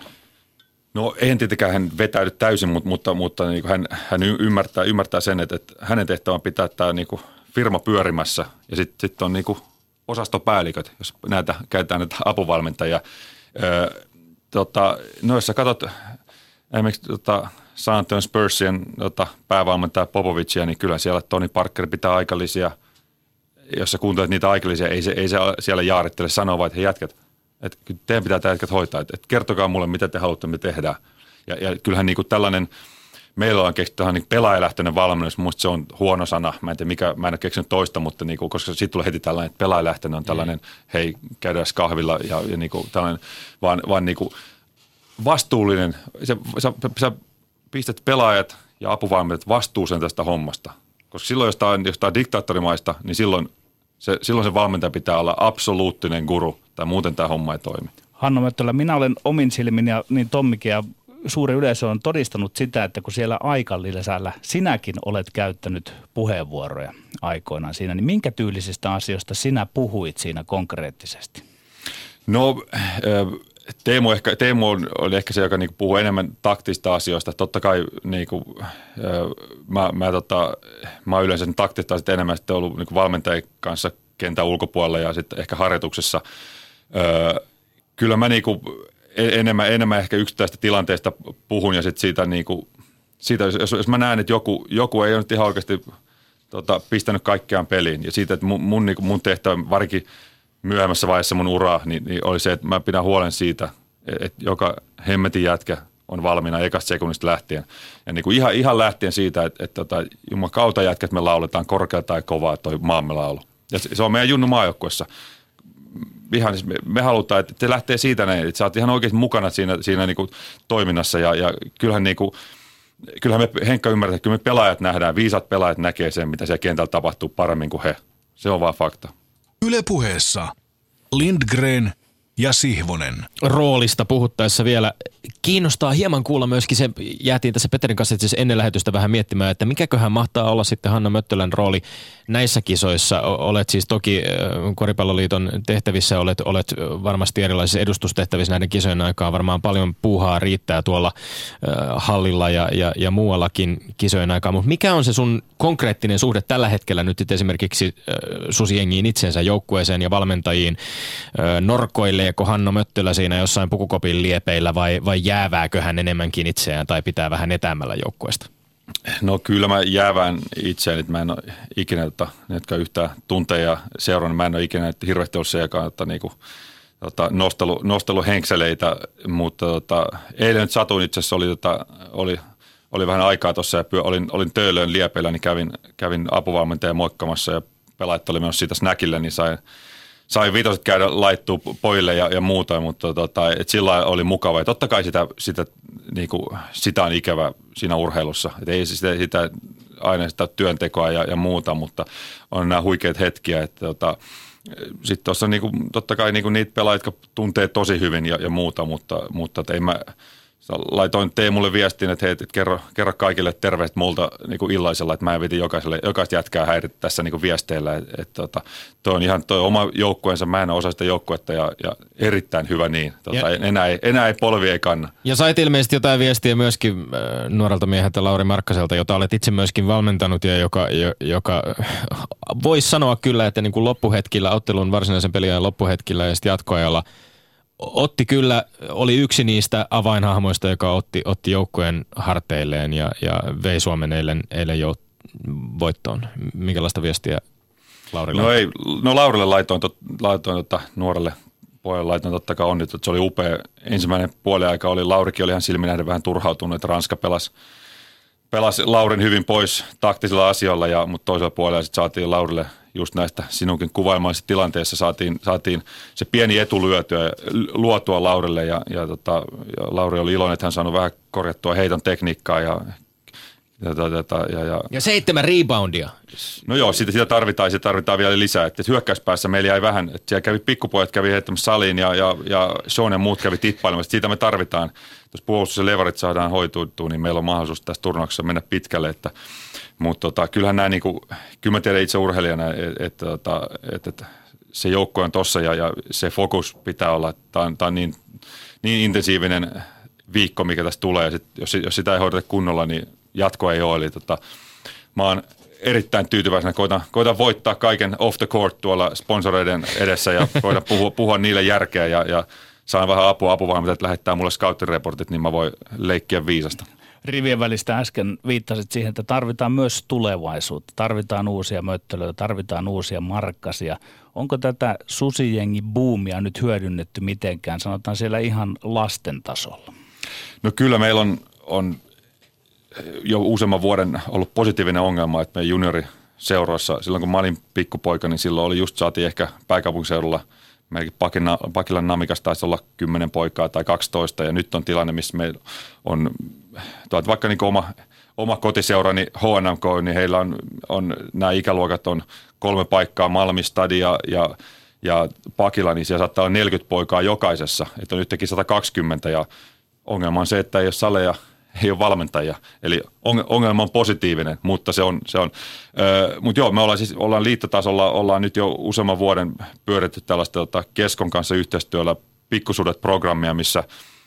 No eihän tietenkään hän vetäydy täysin, mutta, mutta, mutta niin hän, hän ymmärtää, ymmärtää sen, että, että hänen tehtävän pitää tämä niin kuin firma pyörimässä ja sitten sit on niin kuin osastopäälliköt, jos näitä käytetään näitä apuvalmentajia. Öö, tota, no jos sä katsot esimerkiksi tota, San Antonio Spursien tota, päävalmentaja Popovicia, niin kyllä siellä Tony Parker pitää aikalisia. Jos sä kuuntelet niitä aikalisia, ei se, ei se siellä jaarittele sanoa, vaan että hei jätkät, että teidän pitää tämä jätkät hoitaa. Että, että kertokaa mulle, mitä te haluatte, me tehdään. Ja, ja kyllähän niin kuin tällainen, meillä on keksitty niin pelaajalähtöinen valmennus, musta se on huono sana. Mä en tiedä, mikä, mä en ole keksinyt toista, mutta niin kuin, koska siitä tulee heti tällainen, että pelaajalähtöinen on tällainen, hei, käydään kahvilla ja, ja niin kuin tällainen, vaan, vaan niin kuin vastuullinen, se, sä, sä pistät pelaajat ja apuvalmentajat vastuuseen tästä hommasta. Koska silloin, jos tämä on, jos tämä on diktaattorimaista, niin silloin se, silloin se valmentaja pitää olla absoluuttinen guru, tai muuten tämä homma ei toimi. Hanno Möttölä, minä olen omin silmin ja niin Tommikin ja suuri yleisö on todistanut sitä, että kun siellä aikalisällä sinäkin olet käyttänyt puheenvuoroja aikoinaan siinä, niin minkä tyylisistä asioista sinä puhuit siinä konkreettisesti? No Teemu, ehkä, Teemu oli ehkä se, joka niinku puhuu enemmän taktista asioista. Totta kai niinku, mä, mä, tota, mä oon yleensä taktista sitten enemmän sitten ollut niinku valmentajien kanssa kentän ulkopuolella ja sitten ehkä harjoituksessa. Kyllä mä niinku enemmän, enemmän ehkä yksittäistä tilanteesta puhun ja sitten siitä, niinku, siitä jos, jos mä näen, että joku, joku ei ole nyt ihan oikeasti tota, pistänyt kaikkeaan peliin ja siitä, että mun, mun, niinku, mun tehtävä varsinkin myöhemmässä vaiheessa mun uraa, niin, niin oli se, että mä pidän huolen siitä, että joka hemmetin jätkä on valmiina ekasta sekunnista lähtien. Ja niin kuin ihan, ihan lähtien siitä, että, että, että Jumala kautta jätkät me lauletaan korkealta tai kovaa toi maamme laulu. Ja se, se on meidän junnu maajoukkuessa. Ihan, siis me, me halutaan, että se lähtee siitä näin, että sä oot ihan oikeasti mukana siinä, siinä niin kuin toiminnassa. Ja, ja kyllähän, niin kuin, kyllähän me Henkka ymmärtää, että kyllä me pelaajat nähdään, viisaat pelaajat näkee sen, mitä siellä kentällä tapahtuu paremmin kuin he. Se on vaan fakta. Yle Puheessa Lindgren ja Sihvonen. Roolista puhuttaessa vielä kiinnostaa hieman kuulla myöskin se, jäätiin tässä Peterin kanssa siis ennen lähetystä vähän miettimään, että mikäköhän mahtaa olla sitten Hanna Möttölän rooli näissä kisoissa. Olet siis toki Koripalloliiton tehtävissä, olet, olet varmasti erilaisissa edustustehtävissä näiden kisojen aikaa. Varmaan paljon puuhaa riittää tuolla hallilla ja, ja, ja muuallakin kisojen aikaa, mutta mikä on se sun konkreettinen suhde tällä hetkellä nyt esimerkiksi susijengiin itsensä, joukkueeseen ja valmentajiin? Norkoileeko Hanno Möttölä siinä jossain pukukopin liepeillä vai, vai jäävääkö hän enemmänkin itseään tai pitää vähän etäämällä joukkueesta? No kyllä mä jäävään itseäni, että mä en ole ikinä, että ne, jotka yhtään tunteja seurannut, mä en ole ikinä että hirveästi ollut se, joka että niinku, tota, nostelu, nostelu henkseleitä, mutta tota, eilen nyt satuin itse asiassa oli, tota, oli, oli vähän aikaa tuossa ja pyö, olin, olin Töölön Liepeillä, niin kävin, kävin apuvalmentajan moikkamassa ja pelaajat oli menossa siitä snäkille, niin sain Sain viitoset käydä laittua pojille ja, ja muuta, mutta tota, et sillä oli mukava. Ja totta kai sitä, sitä, niinku, sitä on ikävä siinä urheilussa. Et ei sitä, sitä aina sitä työntekoa ja, ja muuta, mutta on nämä huikeat hetkiä. Tota, sitten tuossa niinku, totta kai niinku niitä pelaajia, jotka tuntee tosi hyvin ja, ja muuta, mutta, mutta ei mä... Laitoin Teemulle viestin, että hei, et kerro, kerro kaikille terveistä multa niin kuin illaisella, että mä en veti jokaiselle, jokaista jätkää häiritä tässä niin kuin viesteillä. Et, et, tota, toi on ihan toi oma joukkueensa, mä en ole osa sitä joukkuetta ja, ja erittäin hyvä niin. Tota, enää, ei, enää ei polvi ei kanna. Ja sait ilmeisesti jotain viestiä myöskin äh, nuorelta mieheltä Lauri Markkaselta, jota olet itse myöskin valmentanut ja joka, jo, joka voisi sanoa kyllä, että niin kuin loppuhetkillä, ottelun varsinaisen peliajan loppuhetkillä ja sitten jatkoajalla otti kyllä, oli yksi niistä avainhahmoista, joka otti, otti joukkueen harteilleen ja, ja vei Suomen eilen, eilen jo voittoon. Minkälaista viestiä Laurille? No ei, no Laurille laitoin, tot, laitoin tota, nuorelle pojalle laitoin totta kai onnittu, että se oli upea. Ensimmäinen puoli aika oli, Laurikin oli ihan silminähden vähän turhautunut, että Ranska pelasi, pelasi Laurin hyvin pois taktisilla asioilla, ja, mutta toisella puolella sitten saatiin Laurille just näistä sinunkin kuvaimaisista tilanteessa saatiin, saatiin se pieni etu lyötyä, luotua Laurille ja, ja, tota, ja Lauri oli iloinen, että hän saanut vähän korjattua heiton tekniikkaa ja Ja, ja, ja, ja. ja seitsemän reboundia. No joo, sitä, sitä tarvitaan, sitä tarvitaan vielä lisää. Että hyökkäyspäässä meillä jäi vähän, että siellä kävi pikkupojat, kävi heittämässä saliin ja, ja, ja Sean ja muut kävi tippailemassa. Siitä me tarvitaan. Jos puolustus ja levarit saadaan hoituutua, niin meillä on mahdollisuus tässä turnauksessa mennä pitkälle. Että, mutta tota, kyllähän nämä, niin kuin, kyllä mä tiedän itse urheilijana, että, että, että, että se joukko on tossa ja, ja se fokus pitää olla. Tämä on, tämä on niin, niin intensiivinen viikko, mikä tässä tulee. Sit, jos, jos sitä ei hoideta kunnolla, niin jatko ei ole, eli tota, mä oon erittäin tyytyväisenä, koitan, koitan voittaa kaiken off the court tuolla sponsoreiden edessä ja koitan puhua, puhua niille järkeä ja, ja saan vähän apua apuvalmentajat lähettää mulle scouting-reportit, niin mä voin leikkiä viisasta. Rivien välistä äsken viittasit siihen, että tarvitaan myös tulevaisuutta, tarvitaan uusia möttelyitä, tarvitaan uusia markkasia. Onko tätä susijengi-buumia nyt hyödynnetty mitenkään, sanotaan siellä ihan lasten tasolla? No kyllä meillä on, on jo useamman vuoden ollut positiivinen ongelma, että meidän junioriseuroissa, silloin kun mä olin pikkupoika, niin silloin oli just saatiin ehkä pääkaupunkiseudulla, meilläkin Pakina, Pakilan Namikassa taisi olla kymmenen poikaa tai kaksitoista, ja nyt on tilanne, missä meillä on, tuot, vaikka niin oma, oma kotiseura, niin H N M K, niin heillä on, on nämä ikäluokat on kolme paikkaa, Malmi, Stadi ja, ja, ja Pakila, niin siellä saattaa olla neljäkymmentä poikaa jokaisessa, että on nytkin sata kaksikymmentä, ja ongelma on se, että ei ole saleja, ei ole valmentajia. Eli ongelma on positiivinen, mutta se on, se on öö, mutta joo, me ollaan siis, ollaan liittotasolla, ollaan nyt jo useamman vuoden pyöritty tällaista tota, Keskon kanssa yhteistyöllä pikkusuudet-programmia, missä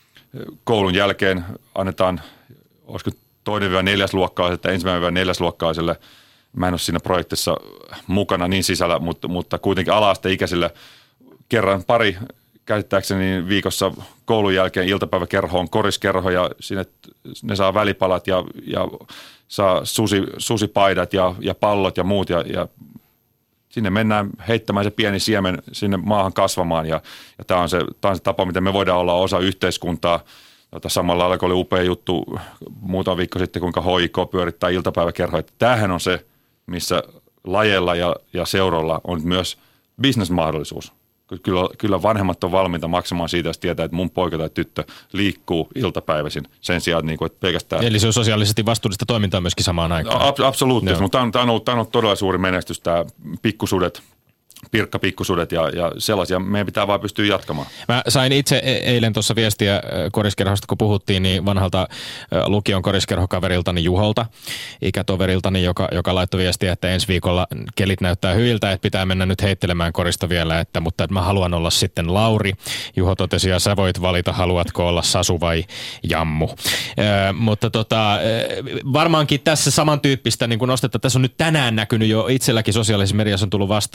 koulun jälkeen annetaan, olisiko toinen-neljäsluokkalaiselle tai ensimmäinen-neljäsluokkalaiselle, mä en ole siinä projektissa mukana niin sisällä, mutta, mutta kuitenkin ala-asteikäisille kerran pari käsittääkseni viikossa koulun jälkeen iltapäiväkerho on koriskerho ja sinne ne saa välipalat ja, ja saa susi, susipaidat ja, ja pallot ja muut ja, ja sinne mennään heittämään se pieni siemen sinne maahan kasvamaan ja, ja tämä on, on se tapa, miten me voidaan olla osa yhteiskuntaa. Jota samalla lailla oli upea juttu muutama viikko sitten, kuinka H I K pyörittää iltapäiväkerhoja. Tämähän on se, missä lajeilla ja, ja seurolla on myös bisnesmahdollisuus. Kyllä, kyllä vanhemmat on valmiita maksamaan siitä, jos tietää, että mun poika tai tyttö liikkuu iltapäiväisin sen sijaan, niin kuin, että pelkästään... Eli se on sosiaalisesti vastuullista toimintaa myöskin samaan aikaan. Ab- absoluuttisesti, mutta tämä on, tämä, on ollut, tämä on ollut todella suuri menestys, tämä pikkusudet, pirkkapikkusudet ja, ja sellaisia. Meidän pitää vaan pystyä jatkamaan. Mä sain itse eilen tuossa viestiä koriskerhosta, kun puhuttiin, niin vanhalta lukion koriskerhokaveriltani Juholta, ikätoveriltani, joka, joka laittoi viestiä, että ensi viikolla kelit näyttää hyviltä, että pitää mennä nyt heittelemään korista vielä, että, mutta että mä haluan olla sitten Lauri. Juho totesi, ja sä voit valita, haluatko olla Sasu vai Jammu. Ö, mutta tota, varmaankin tässä samantyyppistä niin kun nostetta, tässä on nyt tänään näkynyt jo itselläkin sosiaalisessa mediassa on tullut vastaan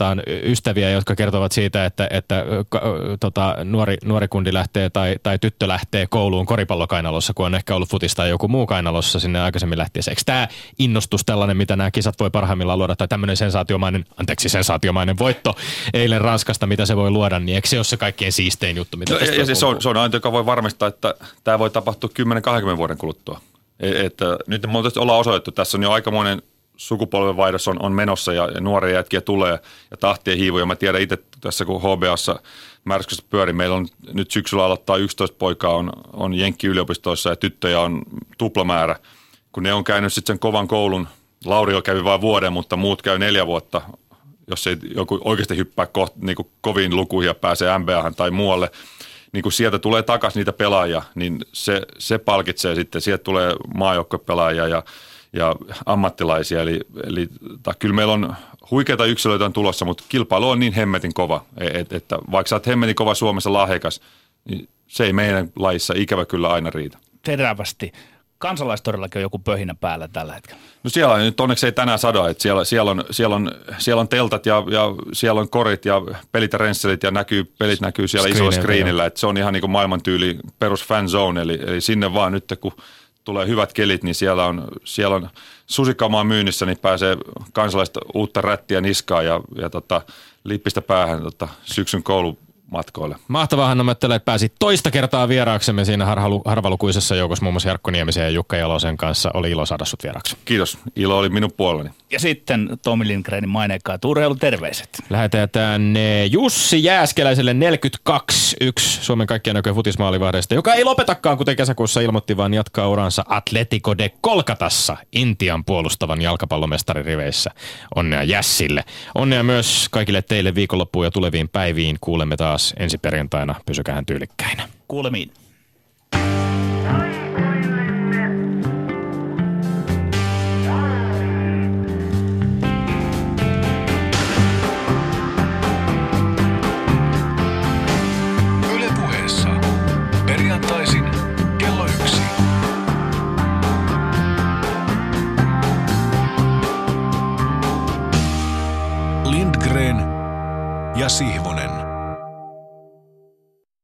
ystäviä, jotka kertovat siitä, että, että tota, nuori, nuori kundi lähtee tai, tai tyttö lähtee kouluun koripallokainalossa, kun on ehkä ollut futis tai joku muu kainalossa sinne aikaisemmin lähtiessä. Eikö tämä innostus tällainen, mitä nämä kisat voi parhaimmillaan luoda, tai tämmöinen sensaatiomainen, anteeksi, sensaatiomainen voitto eilen Ranskasta, mitä se voi luoda, niin eikö se ole se kaikkein siistein juttu, mitä no, tästä ja, ja se, on, se on aina, joka voi varmistaa, että tämä voi tapahtua kymmenen kaksikymmentä vuoden kuluttua. Että nyt me ollaan osoitettu, tässä on jo aikamoinen sukupolvenvaihdos on, on menossa ja, ja nuoria jätkiä tulee ja tahtia hiivuu. Ja mä tiedän itse tässä, kun H B A:ssa Märskyssä pyöri, meillä on nyt syksyllä aloittaa yksitoista poikaa on, on Jenkki-yliopistoissa ja tyttöjä on tuplamäärä. Kun ne on käynyt sitten sen kovan koulun, Lauri kävi vain vuoden, mutta muut käy neljä vuotta, jos ei joku oikeasti hyppää koht, niin kuin koviin lukuihin ja pääsee N B A:han tai muualle. Niin kun sieltä tulee takaisin niitä pelaajia, niin se, se palkitsee sitten. Sieltä tulee maajoukkuepelaajia ja, ja ammattilaisia. Eli, eli ta, kyllä meillä on huikeita yksilöitä on tulossa, mutta kilpailu on niin hemmetin kova. Et, että vaikka sä oot hemmetin kova Suomessa lahjakas, niin se ei meidän lajissa ikävä kyllä aina riitä. Terävästi. Kansalaistorillakin on joku pöhinä päällä tällä hetkellä. No siellä nyt onneksi ei tänään sada, että siellä, siellä, on, siellä, on, siellä on teltat ja, ja siellä on korit ja pelit ja rensselit ja näkyy, pelit näkyy siellä isolla screenillä, että se on ihan niin kuin maailman tyyli perus fan zone, eli, eli sinne vaan nyt kun tulee hyvät kelit, niin siellä on, siellä on susikamaa myynnissä, niin pääsee kansalaista uutta rättiä niskaan ja, ja tota, lippistä päähän tota, syksyn koulu. Matkoille. Mahtavaa, Hanna Möttölä, että pääsit toista kertaa vieraaksemme siinä harhalu, harvalukuisessa joukossa muun muassa Jarkko Niemisen ja Jukka Jalosen kanssa. Oli ilo saada sut vieraaksi. Kiitos. Ilo oli minun puoleni. Ja sitten Tomi Lindgrenin maineikkaat urheiluterveiset. Lähetään Jussi Jääskeläiselle neljäkymmentäkaksi yksi Suomen kaikkien näköjen futismaalivahdeista, joka ei lopetakaan, kuten kesäkuussa ilmoitti, vaan jatkaa uransa Atletico de Kolkatassa, Intian puolustavan jalkapallomestariveissä. Onnea Jässille. Onnea myös kaikille teille viikonloppuun ja tuleviin päiviin. Kuulemme taas ensi perjantaina. Pysykään tyylikkäinä. Kuulemiin. Yle Puheessa. Perjantai